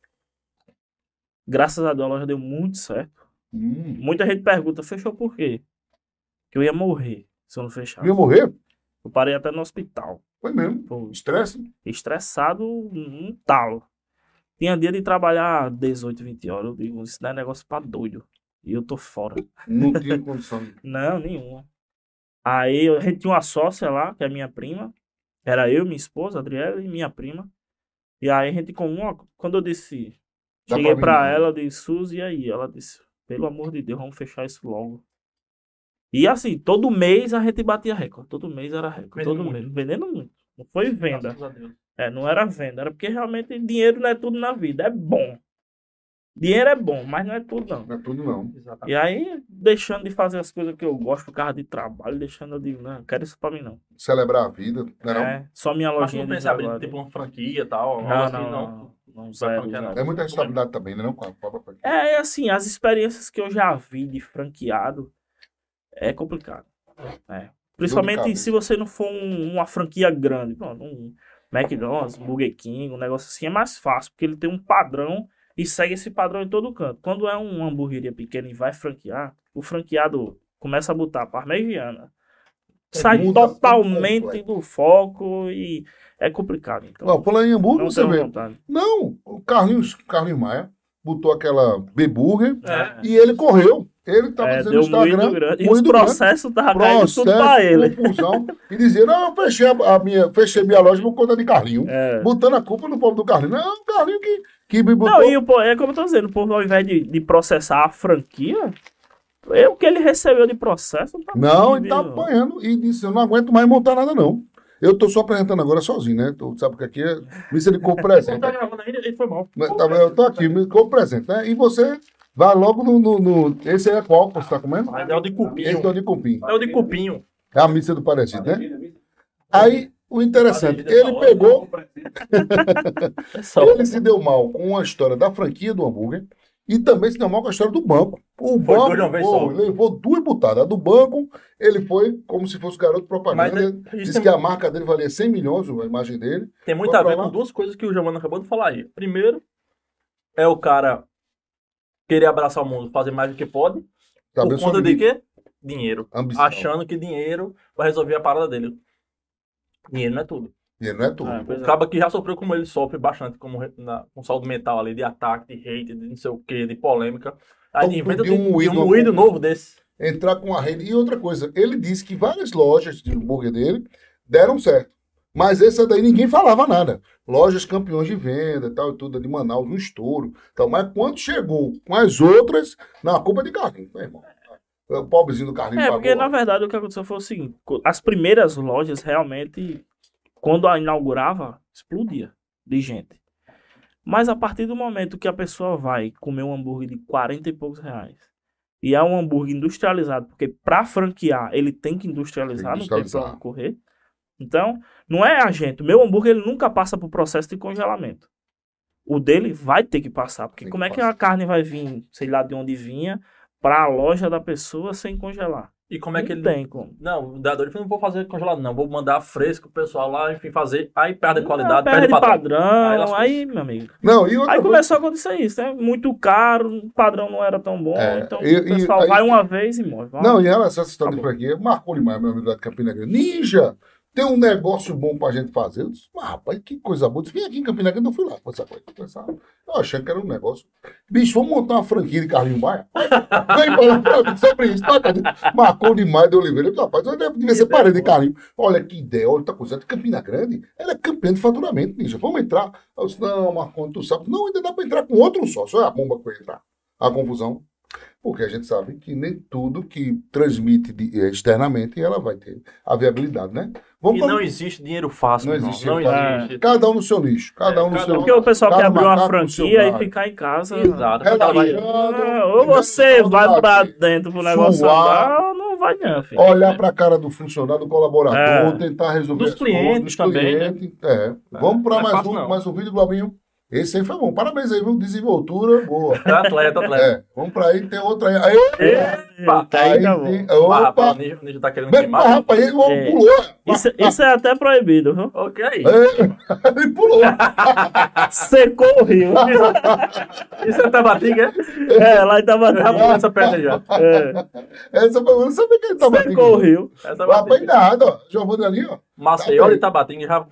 Graças a Deus a loja deu muito certo. Muita gente pergunta, fechou por quê? Que eu ia morrer se eu não fechasse. Ia morrer? Eu parei até no hospital. Foi mesmo. Pô, Estresse? estressado, um talo. Tinha dia de trabalhar 18, 20 horas. Eu digo, isso não é negócio pra doido. E eu tô fora. Não tinha condição. Não, nenhuma. Aí a gente tinha uma sócia lá, que é minha prima. Era eu, minha esposa, Adriela e minha prima. E aí a gente quando eu disse, Dá cheguei pra mim, pra não. ela, disse, Suzy, e aí? Ela disse, pelo amor de Deus, vamos fechar isso logo. E assim, todo mês a gente batia recorde. Todo mês era recorde. Vendendo Todo muito. mês. Vendendo muito. Não foi venda. Graças a Deus. Não era venda. Era porque realmente dinheiro não é tudo na vida. É bom. Dinheiro é bom, mas não é tudo não. Não é tudo, não. Exatamente. E aí, deixando de fazer as coisas que eu gosto por causa de trabalho, deixando eu digo, não, quero isso pra mim não. Celebrar a vida, não é não? Só minha Mas tu lojinha não de pensa em abrir trabalho. tipo uma franquia e tal? algo Não, assim, não, Vai zero, franquear, não. zero. É muita responsabilidade também, né? Não, com a própria franquia. É assim, as experiências que eu já vi de franqueado é complicado. Principalmente cabeça. se você não for uma franquia grande. Pronto, um McDonald's, Burger King, um negócio assim é mais fácil, porque ele tem um padrão e segue esse padrão em todo canto. Quando é uma hamburgueria pequena e vai franquear, o franqueado começa a botar parmegiana. Sai Muda totalmente por completo. do foco e é complicado. Então, Ó, falando em hambúrguer, não você tenho vê. vontade. Não, o Carlinhos Maia botou aquela B-Burger É. e ele correu. Ele estava dizendo no Deu muito Instagram. grande. E os moído grande, processos estavam caindo tudo pra ele. confusão, e dizia, não, eu fechei minha loja por conta de Carlinhos. É. Botando a culpa no povo do Carlinhos. Não, o Carlinhos que me botou. Não, e é como eu tô dizendo, o povo ao invés de processar a franquia, o que ele recebeu de processo tá Não, muito, ele tá viu? apanhando e disse, eu não aguento mais montar nada, não. Eu tô só apresentando agora sozinho, né? Tu sabe que aqui é missa de corpo Você presente. tá gravando ainda? Ele foi mal. Mas, tá vendo? Eu tô aqui, me corpo presente, né? E você vai logo no... Esse aí é qual que você tá comendo? Mas é o de cupinho. Esse é o de cupim. É o de cupinho. É a missa do parecido, né? Aí, o interessante, ele pegou, É só- ele se deu mal com a história da franquia do hambúrguer e também se deu mal com a história do banco. O Foi banco dois de uma vez só. levou duas butadas. A do banco, ele foi como se fosse garoto propaganda. Mas isso Disse tem- que a marca dele valia 100 milhões, a imagem dele. Tem muito Vai a ver pra lá. com duas coisas que o Giovanni acabou de falar aí. Primeiro, é o cara querer abraçar o mundo, fazer mais do que pode. Saber Por conta sobre de quê? Dinheiro. ambição. Achando que dinheiro vai resolver a parada dele. Dinheiro não é tudo. E não é tudo. Pois O é. cara que já sofreu como ele sofre bastante, com saúde mental ali, de ataque, de hate, de não sei o quê, de polêmica. Aí Então, inventa de um moído moído novo desse. Entrar com a rede. E outra coisa, ele disse que várias lojas de hambúrguer dele deram certo. Mas essa daí ninguém falava nada. Lojas campeões de venda, tal, e tudo de Manaus, um estouro. Então, mas quando chegou com as outras, na culpa de Carlinhos, meu irmão. O pobrezinho do Carlinhos Porque na verdade o que aconteceu foi o seguinte: as primeiras lojas realmente, quando a inaugurava, explodia de gente. Mas a partir do momento que a pessoa vai comer um hambúrguer de 40 e poucos reais, e é um hambúrguer industrializado, porque para franquear ele tem que industrializar, Tem que não tem industrializar. pra onde correr. Então, não é a gente. O meu hambúrguer ele nunca passa por processo de congelamento. O dele vai ter que passar, porque Tem que como é que passar. a carne vai vir, sei lá de onde vinha, para a loja da pessoa sem congelar? E como é que Não ele. tem como. Não, o dador ele falou, não vou fazer congelado, não. Vou mandar fresco o pessoal lá, enfim, fazer. Aí perde a qualidade, Perde perde padrão. Aí lascou. Aí, meu amigo. Não, e outra Aí coisa, começou a acontecer isso, né? Muito caro, o padrão não era tão bom. É, Então e- o pessoal aí- vai uma vez e morre. Vai. Não, em relação a essa história de Acabou. franquia, marcou demais, meu amigo lá de Campina Grande. Ninja, tem um negócio bom pra gente fazer. Eu disse, rapaz, que coisa boa. Eu disse, vem aqui em Campina Grande, eu fui lá com essa coisa. Eu achei que era um negócio. Bicho, vamos montar uma franquia de Carlinhos Maia? Vem falar pra mim sobre isso. Tá, cadê? Marcou demais de Oliveira. Eu disse, rapaz, eu devia ser parede de Carlinhos. Olha que ideia, olha, tá coisa. Campina Grande, ela é campeã de faturamento, Ninja. Vamos entrar. Eu disse, não, Marconi, tu sabe. Não, ainda dá pra entrar com outro sócio. Olha a bomba que vai entrar. A confusão. Porque a gente sabe que nem tudo que transmite externamente ela vai ter a viabilidade, né? E não existe dinheiro fácil, Não irmão. existe Não dinheiro fácil. existe. Cada um no seu nicho. Cada um no cada seu um. Porque o pessoal cada quer abrir uma macaco no seu franquia e galho. ficar em casa. Exato. Relaxando, Ou você inventando vai pra aqui, dentro pro negócio suar. andar, ou não vai não, filho. Olhar para a cara do funcionário, do colaborador, É. tentar resolver Dos as coisas, clientes também, né? Vamos para Não é mais fácil, um, não. mais um vídeo, Globinho. Esse aí foi bom. Parabéns aí, viu? Desenvoltura, boa. É atleta. Vamos para aí, tem outra aí. Aí, Epa! Tá aí, aí tá bom. tem, Ah, rapaz, opa! o Ninja tá querendo Mas, queimar. rapaz, ele É. pulou. Isso é até proibido, viu? Ok. Ele pulou. Secou o rio. Isso é Tabatinga, é? É, lá em Tabataba. Essa perna aí já. É, Essa foi, eu não sabia que ele estava secou o rio. Essa O rapaz Tabatinga. ainda errado, ó. Giovanni ali, ó. Maceió e Tabatinga já.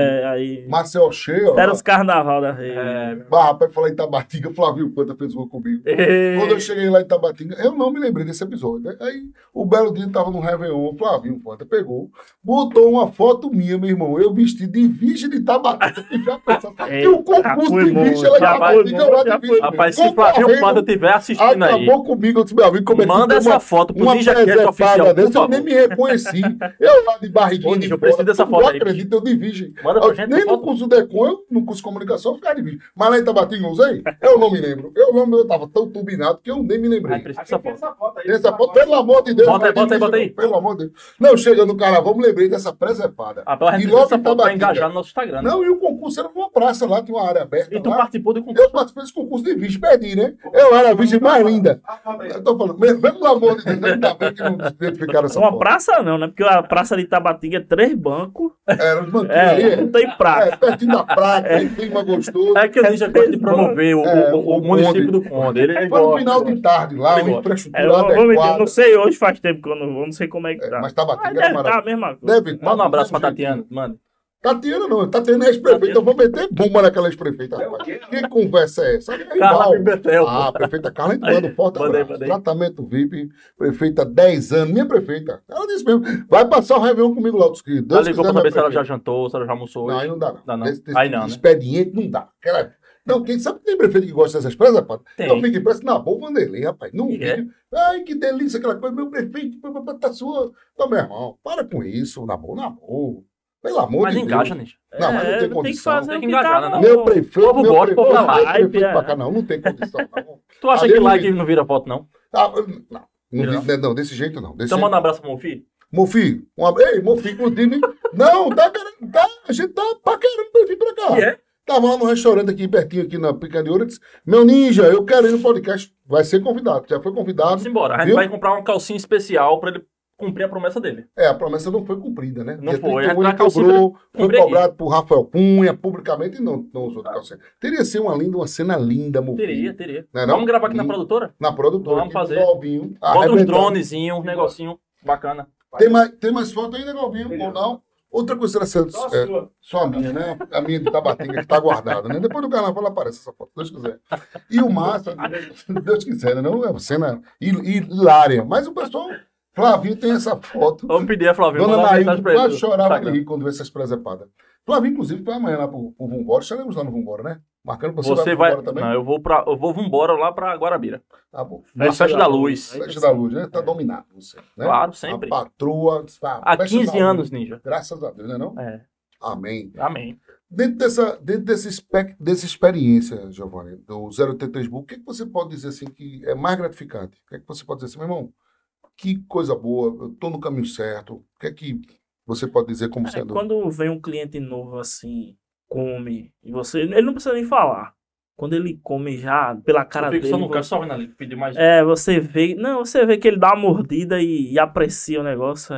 Aí. Marcel cheio, ó. Era os carnaval da rede. Rapaz, falar em Tabatinga, Flávio Panta fez uma comigo. Quando eu cheguei lá em Tabatinga, eu não me lembrei desse episódio, né? Aí, o belo dia tava no Réveillon, o Flavinho Panta pegou, botou uma foto minha, meu irmão, eu vestido de virgem de Tabatinga. Tu já pensou? Que o concurso fui de virgem lá em já Tabatinga, fui lá já de virgem. Rapaz, se Flavinho Panda estiver assistindo aí, Acabou comigo, eu disse, meu amigo, como é que manda tem essa foto pro Ninja Cast oficial, por desse, eu favor. nem me reconheci. Eu lá de barriguinha Ô, de Ninja, eu fora, preciso dessa tu foto não aí, acredita, eu de virgem. Manda pra gente Nem essa no foto. curso Decon, no curso de comunicação, eu ficava de virgem. Mas lá em Tabatinga eu usei? Eu não me lembro. Eu tava tão turbinado que eu nem me Ai, lembrei. precisa Aqui dessa tem foto. essa foto aí. Essa foto, pelo amor de Deus. Bota aí, vai bota aí, de bota aí. virgem, pelo amor de Deus. Não, chegando no carnaval, me lembrei dessa presepada. Rapaz, a E gente logo precisa dessa em foto pra Tabatinga. engajar no nosso Instagram. né? Não, e o concurso era numa praça lá, tinha uma área aberta E tu lá. participou do concurso. Eu participei desse concurso de virgem, perdi, né? Eu era a virgem mais linda. A foto aí. Eu tô falando, pelo amor de Deus, ainda bem que não identificaram essa Uma foto. praça não, né? Porque a praça de Tabatinga é 3 bancos. Era os banquinhos ali, Não tem praça. pertinho da praia, tem clima gostoso. É que o Ninja gosta de promover o município do Conde. Ele Foi no gosta. final de tarde lá, Ele uma gosta. infraestrutura Eu vou mentir, eu adequada. não sei hoje, faz tempo que eu não vou, não sei como é que tá. Mas Tabatinga Mas era deve estar a maravilhoso. mesma coisa. Deve Manda um abraço pra do jeitinho. Tatiana, mano. Tatiana não, Tatiana é ex-prefeita, eu vou meter bomba naquela ex-prefeita, rapaz. Que conversa é essa? É Carla rival. Pimentel. Ah, prefeita Carla, a gente manda um forte Manda aí, abraço. manda aí. Tratamento VIP, prefeita 10 anos, minha prefeita. Ela disse mesmo, vai passar o Réveillon comigo lá, que Ela Deus ligou quiser, pra saber minha se ela já prefeita. jantou, se ela já almoçou. Não, hoje. aí não dá, não. Dá não. Esse Aí não, né? expediente não dá. Não, quem sabe que tem prefeito que gosta dessas presas, rapaz? Tem. Eu fico impresso na boa Vanderlei, rapaz. Não E é? vídeo. Ai, que delícia aquela coisa. Meu prefeito, tá sua. Não, meu irmão, para com isso, na boa. Pelo amor Mas de engaja, Deus. Ninja. Não, mas não tem tem que condição. fazer Tem o que que engajar, tá né, no- Meu prefeito, Povo meu gosta, povo prefeito, dá meu like, prefeito é. pra cá, não tem condição, não. Tu acha Ali que eu like vi. não vira foto, não? Ah, não, Vira não, desse jeito não. Desse Então jeito manda um não. abraço pro meu filho. Mofi, ei, Mofi, inclusive, não, a gente tá paquerando pra vir pra cá. E é? Tava lá no restaurante aqui, pertinho, aqui na Pica de Ouro, eu disse, meu ninja, eu quero ir no podcast, vai ser convidado, já foi convidado. Vamos embora. A gente Viu? vai comprar uma calcinha especial pra ele cumprir a promessa dele. É, a promessa não foi cumprida, né? Não Dia foi, 31 a gente vai ele quebrou, calcinha foi cumprir aqui. cobrado por Rafael Cunha, publicamente, e não usou de calcinha. Teria sido uma cena linda, Mofi. Teria. Não é não? Vamos gravar aqui na produtora? Na produtora, Vamos aqui, fazer. do Galvinho, Bota uns arrebentando. dronezinhos, um negocinho bacana. Tem mais foto ainda, Galvinho, ou não? Outra coisa interessante, Só a sua. só a minha, né? A minha de Tabatinga, que tá guardada, né? Depois do carnaval ela aparece essa foto, se Deus quiser. E o massa, se Deus quiser, né? Não é uma cena hilária. Mas o pessoal, Flavinho tem essa foto. Vamos pedir a Flavinho. Dona mandar uma mensagem Naílda pra ele quase no chorava de Instagram. rir quando vê essas presepadas. Flavinho, inclusive, vai amanhã lá pro Vumbora. Estaremos lá no Vumbora, né? Marcando pra Você pro vai. Vumbora também. Não, eu vou embora lá pra Guarabira. Tá bom. Na Festa da Luz. Festa da Luz, né? Tá dominado você, né? Claro, sempre. A patroa. Tá, Há Festa 15 da Luz. anos, Ninja. Graças a Deus, né não? É. Amém. Amém. Dentro dessa experiência, Giovanni, do 083 Book, o que, é que você pode dizer assim que é mais gratificante? O que é que você pode dizer assim, meu irmão? Que coisa boa, eu estou no caminho certo. O que é que você pode dizer como sendo... Quando vem um cliente novo assim, come, e você. Ele não precisa nem falar. Quando ele come já, pela cara Eu fico dele. só no canto, só vendo ali. Pedir mais. Você vê. Não, você vê que ele dá uma mordida e aprecia o negócio.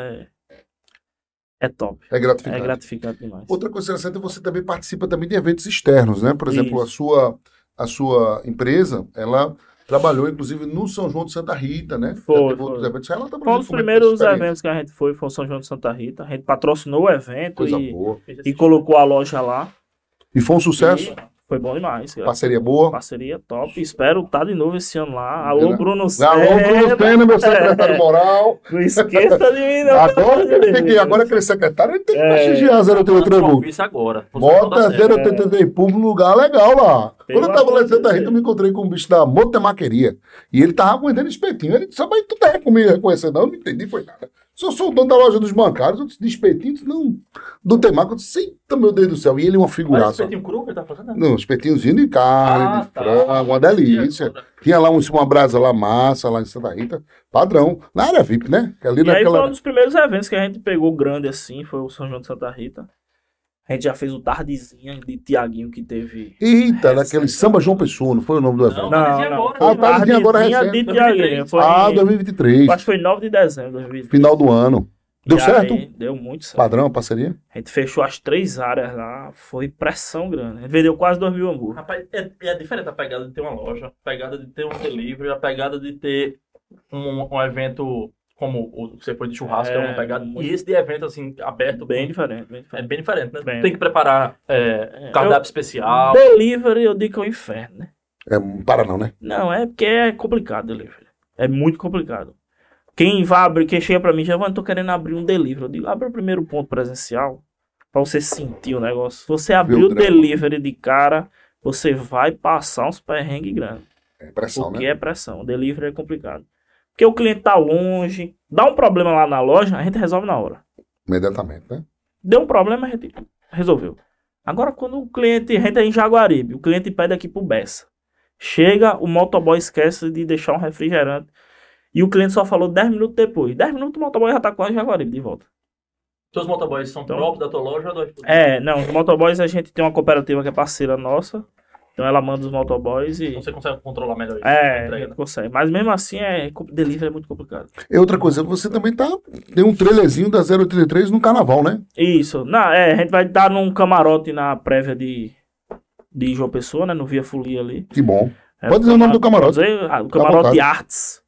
É top. É É gratificante. gratificante demais. Outra coisa interessante é que você também participa também de eventos externos, né? Por exemplo, a sua empresa, ela trabalhou, inclusive, no São João de Santa Rita, né? Já Foi, teve outros foi. eventos. Ela tá Foi um dos primeiros eventos que a gente foi o São João de Santa Rita. A gente patrocinou o evento Coisa e boa. colocou a loja lá. E foi um sucesso? E foi bom demais. Parceria boa? Parceria top. Espero estar de novo esse ano lá. Alô, Bruno Alô, Senna. Bruno Senna, meu secretário moral. Não esqueça de mim, não. Agora aquele secretário, ele tem que prestigiar 083 Book. Isso agora. Bota 083 Pub num lugar legal lá. Pelo Quando eu tava lá em amor de Santa Rita, Deus. eu me encontrei com um bicho da Motemaqueria. E ele tava aguentando espetinho. Ele disse, mas tu tá comigo reconhecendo? Não, eu não entendi, foi nada. Se eu sou o dono da loja dos bancários, eu disse, de espetinhos, não. Do Temaco, eu disse, eita, meu Deus do céu. E ele é uma Olha esse figuraça. espetinho cru que ele tá fazendo? Não, espetinhozinho de carne, de frango, uma delícia. Tinha lá uma brasa lá massa, lá em Santa Rita, padrão. Na área VIP, né? Que ali E aí foi um naquela... dos primeiros eventos que a gente pegou grande assim, foi o São João de Santa Rita. A gente já fez o Tardezinha de Tiaguinho que teve. Eita, daquele Samba João Pessoa, não foi o nome do evento? Não, Tardezinha agora. Ah, o Tardezinha agora é Tardezinha recente. de Tiaguinho. Foi, 2023. acho que foi 9 de dezembro de 2023. Final do ano. Deu E certo? aí, deu muito certo. Padrão, parceria? A gente fechou as 3 áreas lá, foi pressão grande. A gente vendeu quase 2.000 hambúrgueres. Rapaz, é diferente a pegada de ter uma loja, a pegada de ter um delivery, a pegada de ter um evento como o que você foi de churrasco, é uma pegada. muito- E esse de evento, assim, aberto, Bem diferente, bem é diferente. bem diferente, né? Bem. Tem que preparar cardápio especial. Delivery, eu digo que é um inferno, né? É, para não, né? Não, é porque é complicado delivery. É muito complicado. Quem vai abrir, quem chega pra mim, já tô querendo abrir um delivery. Eu digo, abre o primeiro ponto presencial, pra você sentir o negócio. Se você abrir o drama. delivery de cara, você vai passar uns perrengues grandes. É pressão, Porque né? é pressão. O delivery é complicado. Porque o cliente tá longe, dá um problema lá na loja, a gente resolve na hora. Imediatamente, né? Deu um problema, a gente resolveu. Agora, quando o cliente, a gente é em Jaguaribe, o cliente pede aqui pro Bessa. Chega, o motoboy esquece de deixar um refrigerante. E o cliente só falou 10 minutos depois. 10 minutos o motoboy já tá quase em Jaguaribe de volta. Seus motoboys são Então- próprios da tua loja ou do iFood? Não, os motoboys a gente tem uma cooperativa que é parceira nossa. Então ela manda os motoboys e. Então você consegue controlar melhor isso? a A entrega, gente né? consegue. Mas mesmo assim, delivery é muito complicado. E outra coisa, você também tem um trailerzinho da 083 no carnaval, né? Isso. A gente vai dar num camarote na prévia de João Pessoa, né? No Via Folia ali. Que bom. Pode dizer o nome do camarote. Pode dizer, o vontade. camarote Arts.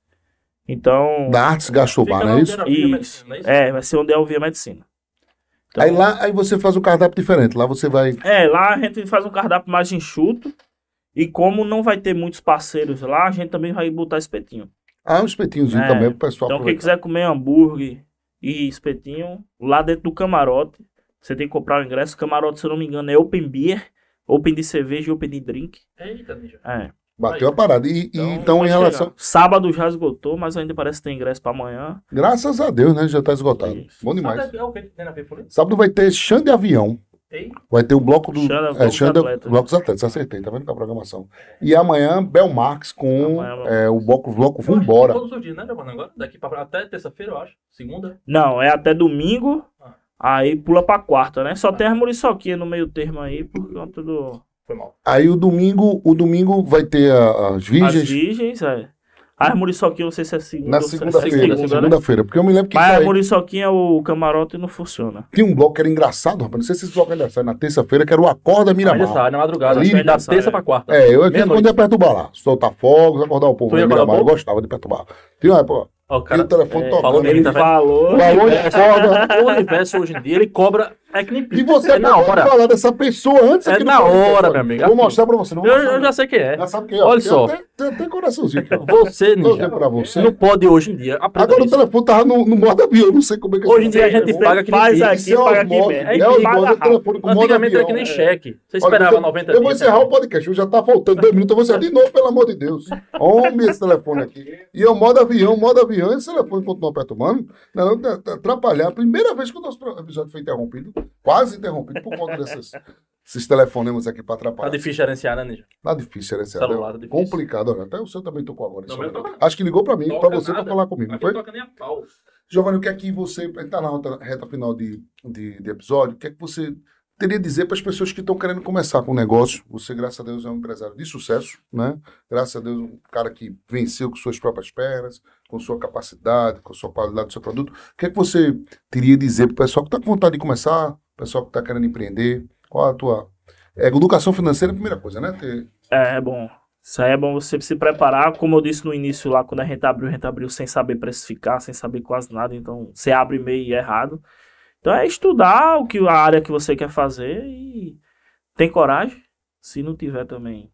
Então. Da Artes Gastobá, Fica não é na isso? Via Medicina, Isso. não é isso? Vai ser onde é o Via Medicina. Então, Aí você faz o cardápio diferente. Lá você vai... lá a gente faz um cardápio mais enxuto. E como não vai ter muitos parceiros lá, a gente também vai botar espetinho. Ah, um espetinhozinho É. também pro pessoal Então quem aproveitar. quiser comer hambúrguer e espetinho, lá dentro do camarote, você tem que comprar o ingresso. O camarote, se eu não me engano, é open beer, open de cerveja e open de drink. Eita, Ninja. Bateu a parada. Então em pode relação... chegar. Sábado já esgotou, mas ainda parece que tem ingresso pra amanhã. Graças a Deus, né? Já tá esgotado. Isso. Bom demais. É o que tem na Via Folia? Sábado vai ter Xande de Avião. Ei, Vai ter o bloco do... Xande, bloco dos atletas. Bloco dos Atletas, acertei, tá vendo com a programação. E amanhã, Belmarx com Amanhã, o bloco eu acho que Vambora. todos os dias, né, Giovanni? Agora, daqui pra até terça-feira, eu acho. Segunda. Não, é até domingo, Ah. aí pula pra quarta, né? Só tem a muriçoquinha no meio termo aí, por conta do... Foi mal. Aí o domingo vai ter as As virgens virgens, As muriçoquinhas, não sei se é segunda na ou se é segunda-feira. segunda, né? Segunda-feira, porque eu me lembro que Mas isso a aí, muriçoquinha, o camarote não funciona. tinha um bloco que era engraçado, rapaz. Não sei se esse bloco ainda sai na terça-feira, que era o Acorda Ainda Miramar. sai na madrugada. Ali Acho que ainda da sai, terça é. pra quarta. É, eu aqui Meia-noite. quando ia perturbar lá. Soltar fogos, acordar o povo Tu lá ia em acordar o Miramar. Eu povo? gostava de perturbar. Tinha uma época, Ó, o tinha cara o telefone falou tocando. dele, Ele tá vendo? falou... Falou e acorda. O universo hoje em dia, ele cobra. É que nem E pizza. você é na acabou de hora. falar dessa pessoa antes É aqui no na podcast, hora, olha. meu amigo. Vou mostrar pra você. Não vou mostrar, Eu já sei que é. Já sabe que é. Olha só. Tem até coraçãozinho aqui, ó. Você, Tô Ninja, dizendo pra você. não pode hoje em dia. Aprenda Agora o isso. telefone tava no modo avião, eu não sei como é que Hoje em dia a esse gente telefone- paga que Faz nem aqui, Isso é paga aqui osmose, mesmo. é Aí osmose, paga o rápido. telefone com modo Antigamente era avião. que nem cheque. Você Olha, esperava 90 eu vou dias. encerrar o podcast, já tá faltando 2 minutos, eu vou encerrar de novo, pelo amor de Deus. Homem, esse telefone aqui. E eu modo avião, esse telefone continua perturbando. Não, atrapalhar. A primeira vez que o nosso episódio foi interrompido, quase interrompido, por conta esses telefonemas aqui pra Tá atrapalhar. difícil gerenciar, né, Ninja? Tá difícil, né? Celular, tá difícil. Complicado, olha. Até o seu também tocou agora. Não, isso meu aí. toca não. Acho que ligou pra mim, Toca pra você, pra nada. falar comigo, não Aqui foi? não toca nem a pau. Giovanni, o que é que você, a gente tá na reta final de episódio, o que é que você teria a dizer para as pessoas que estão querendo começar com o negócio? Você, graças a Deus, é um empresário de sucesso, né? Graças a Deus, um cara que venceu com suas próprias pernas, com sua capacidade, com sua qualidade do seu produto. O que é que você teria a dizer para o pessoal que está com vontade de começar, o pessoal que está querendo empreender? Qual a tua... educação financeira é a primeira coisa, né? É bom. Isso aí é bom você se preparar. Como eu disse no início lá, quando a gente abriu sem saber precificar, sem saber quase nada. Então, você abre meio errado. Então, é estudar a área que você quer fazer e tem coragem. Se não tiver também,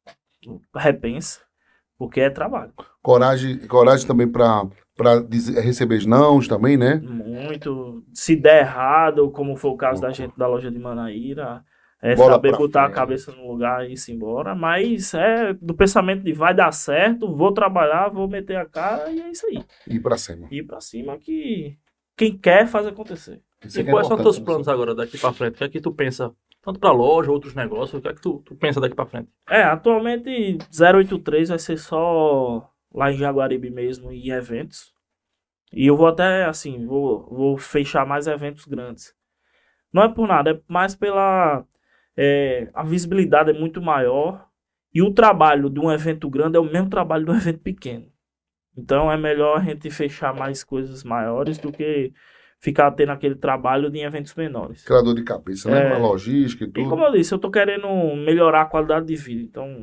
repensa, porque é trabalho. Coragem também para receber nãos também, né? Muito. Se der errado, como foi o caso da gente da loja de Manaíra, Bola saber pra botar frente. a cabeça no lugar e ir embora. Mas é do pensamento de vai dar certo, vou trabalhar, vou meter a cara e é isso aí. Ir para cima. Ir pra cima que quem quer faz acontecer. Isso E é que é quais são os teus importante, planos agora daqui pra frente? O que é que tu pensa? Tanto pra loja, outros negócios, o que é que tu pensa daqui pra frente? Atualmente 083 vai ser só lá em Jaguaribe mesmo, em eventos. E eu vou até, assim, vou fechar mais eventos grandes. Não é por nada, é mais pela... a visibilidade é muito maior. E o trabalho de um evento grande é o mesmo trabalho de um evento pequeno. Então é melhor a gente fechar mais coisas maiores do que ficar tendo aquele trabalho de eventos menores. Criador de cabeça, né? A logística e E tudo. como eu disse, eu tô querendo melhorar a qualidade de vida. Então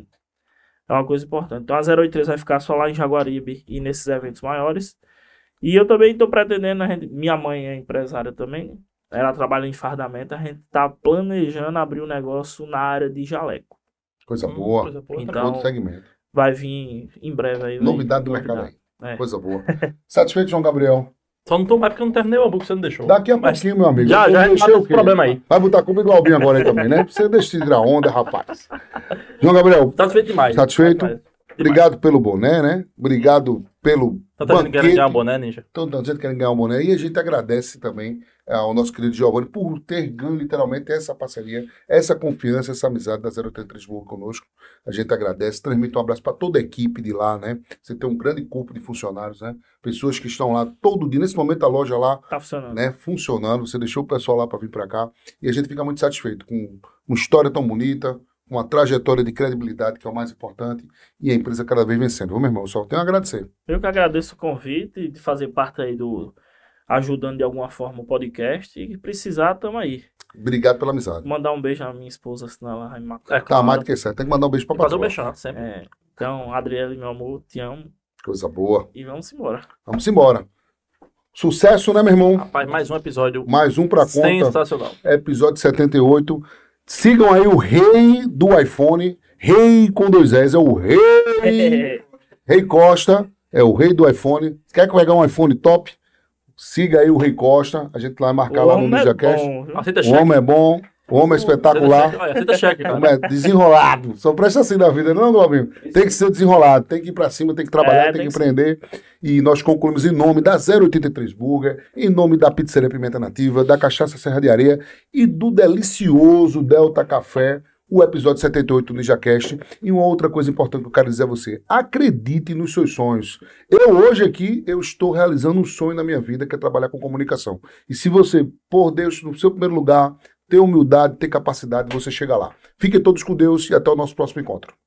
é uma coisa importante. Então a 083 vai ficar só lá em Jaguaribe e nesses eventos maiores. E eu também estou pretendendo, minha mãe é empresária também, ela trabalha em fardamento, a gente está planejando abrir um negócio na área de jaleco. Coisa boa. Coisa boa. Então, Outro segmento. vai vir em breve aí. Novidade do mercado aí. É. Coisa boa. Satisfeito, João Gabriel? Só não tô mais porque eu não terminei o book, você não deixou. Daqui a Mas pouquinho, meu amigo. já Eu é deixei o esse quê? problema aí. Vai botar comigo o Albinho agora aí também, né? Você deixa de tirar onda, rapaz. João Gabriel, Satisfeito demais. Satisfeito? Demais. obrigado pelo boné, né? Obrigado pelo Tanta gente querendo ganhar um boné, Ninja. Tanta gente querendo ganhar um boné. E a gente agradece também ao nosso querido Giovanni por ter ganho literalmente essa parceria, essa confiança, essa amizade da 083 Burgo conosco. A gente agradece. Transmite um abraço para toda a equipe de lá, né? Você tem um grande corpo de funcionários, né? Pessoas que estão lá todo dia. Nesse momento a loja lá, Tá funcionando. né, funcionando. Você deixou o pessoal lá para vir para cá. E a gente fica muito satisfeito com uma história tão bonita, uma trajetória de credibilidade, que é o mais importante, e a empresa cada vez vencendo. Ô, meu irmão, só tenho a agradecer. Eu que agradeço o convite de fazer parte aí ajudando de alguma forma o podcast. E precisar, tamo aí. Obrigado pela amizade. Mandar um beijo à minha esposa, senão ela vai me matar. Tá mais do que certo. Tem que mandar um beijo pra Fazer o patroa. mexão, sempre. Então, Adriele, meu amor, te amo. Coisa boa. E vamos embora. Vamos embora. Sucesso, né, meu irmão? Rapaz, mais um episódio Mais um pra conta. sensacional. Episódio 78. Sigam aí o rei do iPhone. Rei com 2 S. É o rei. Rei Costa. É o rei do iPhone. Quer pegar um iPhone top? Siga aí o Rei Costa. A gente vai marcar lá no NinjaCast. Aceita O cheque. homem é bom. O homem é espetacular. Aceita cheque, O cara. homem é desenrolado. Só presta assim da vida, não, Globinho? Tem que ser desenrolado, tem que ir pra cima, tem que trabalhar, tem que empreender. E nós concluímos em nome da 083 Burger, em nome da Pizzaria Pimenta Nativa, da Cachaça Serra de Areia e do delicioso Delta Café, o episódio 78 do NinjaCast. E uma outra coisa importante que eu quero dizer a você: acredite nos seus sonhos. Hoje aqui, eu estou realizando um sonho na minha vida, que é trabalhar com comunicação. E se você, por Deus, no seu primeiro lugar, ter humildade, ter capacidade, você chega lá. Fiquem todos com Deus e até o nosso próximo encontro.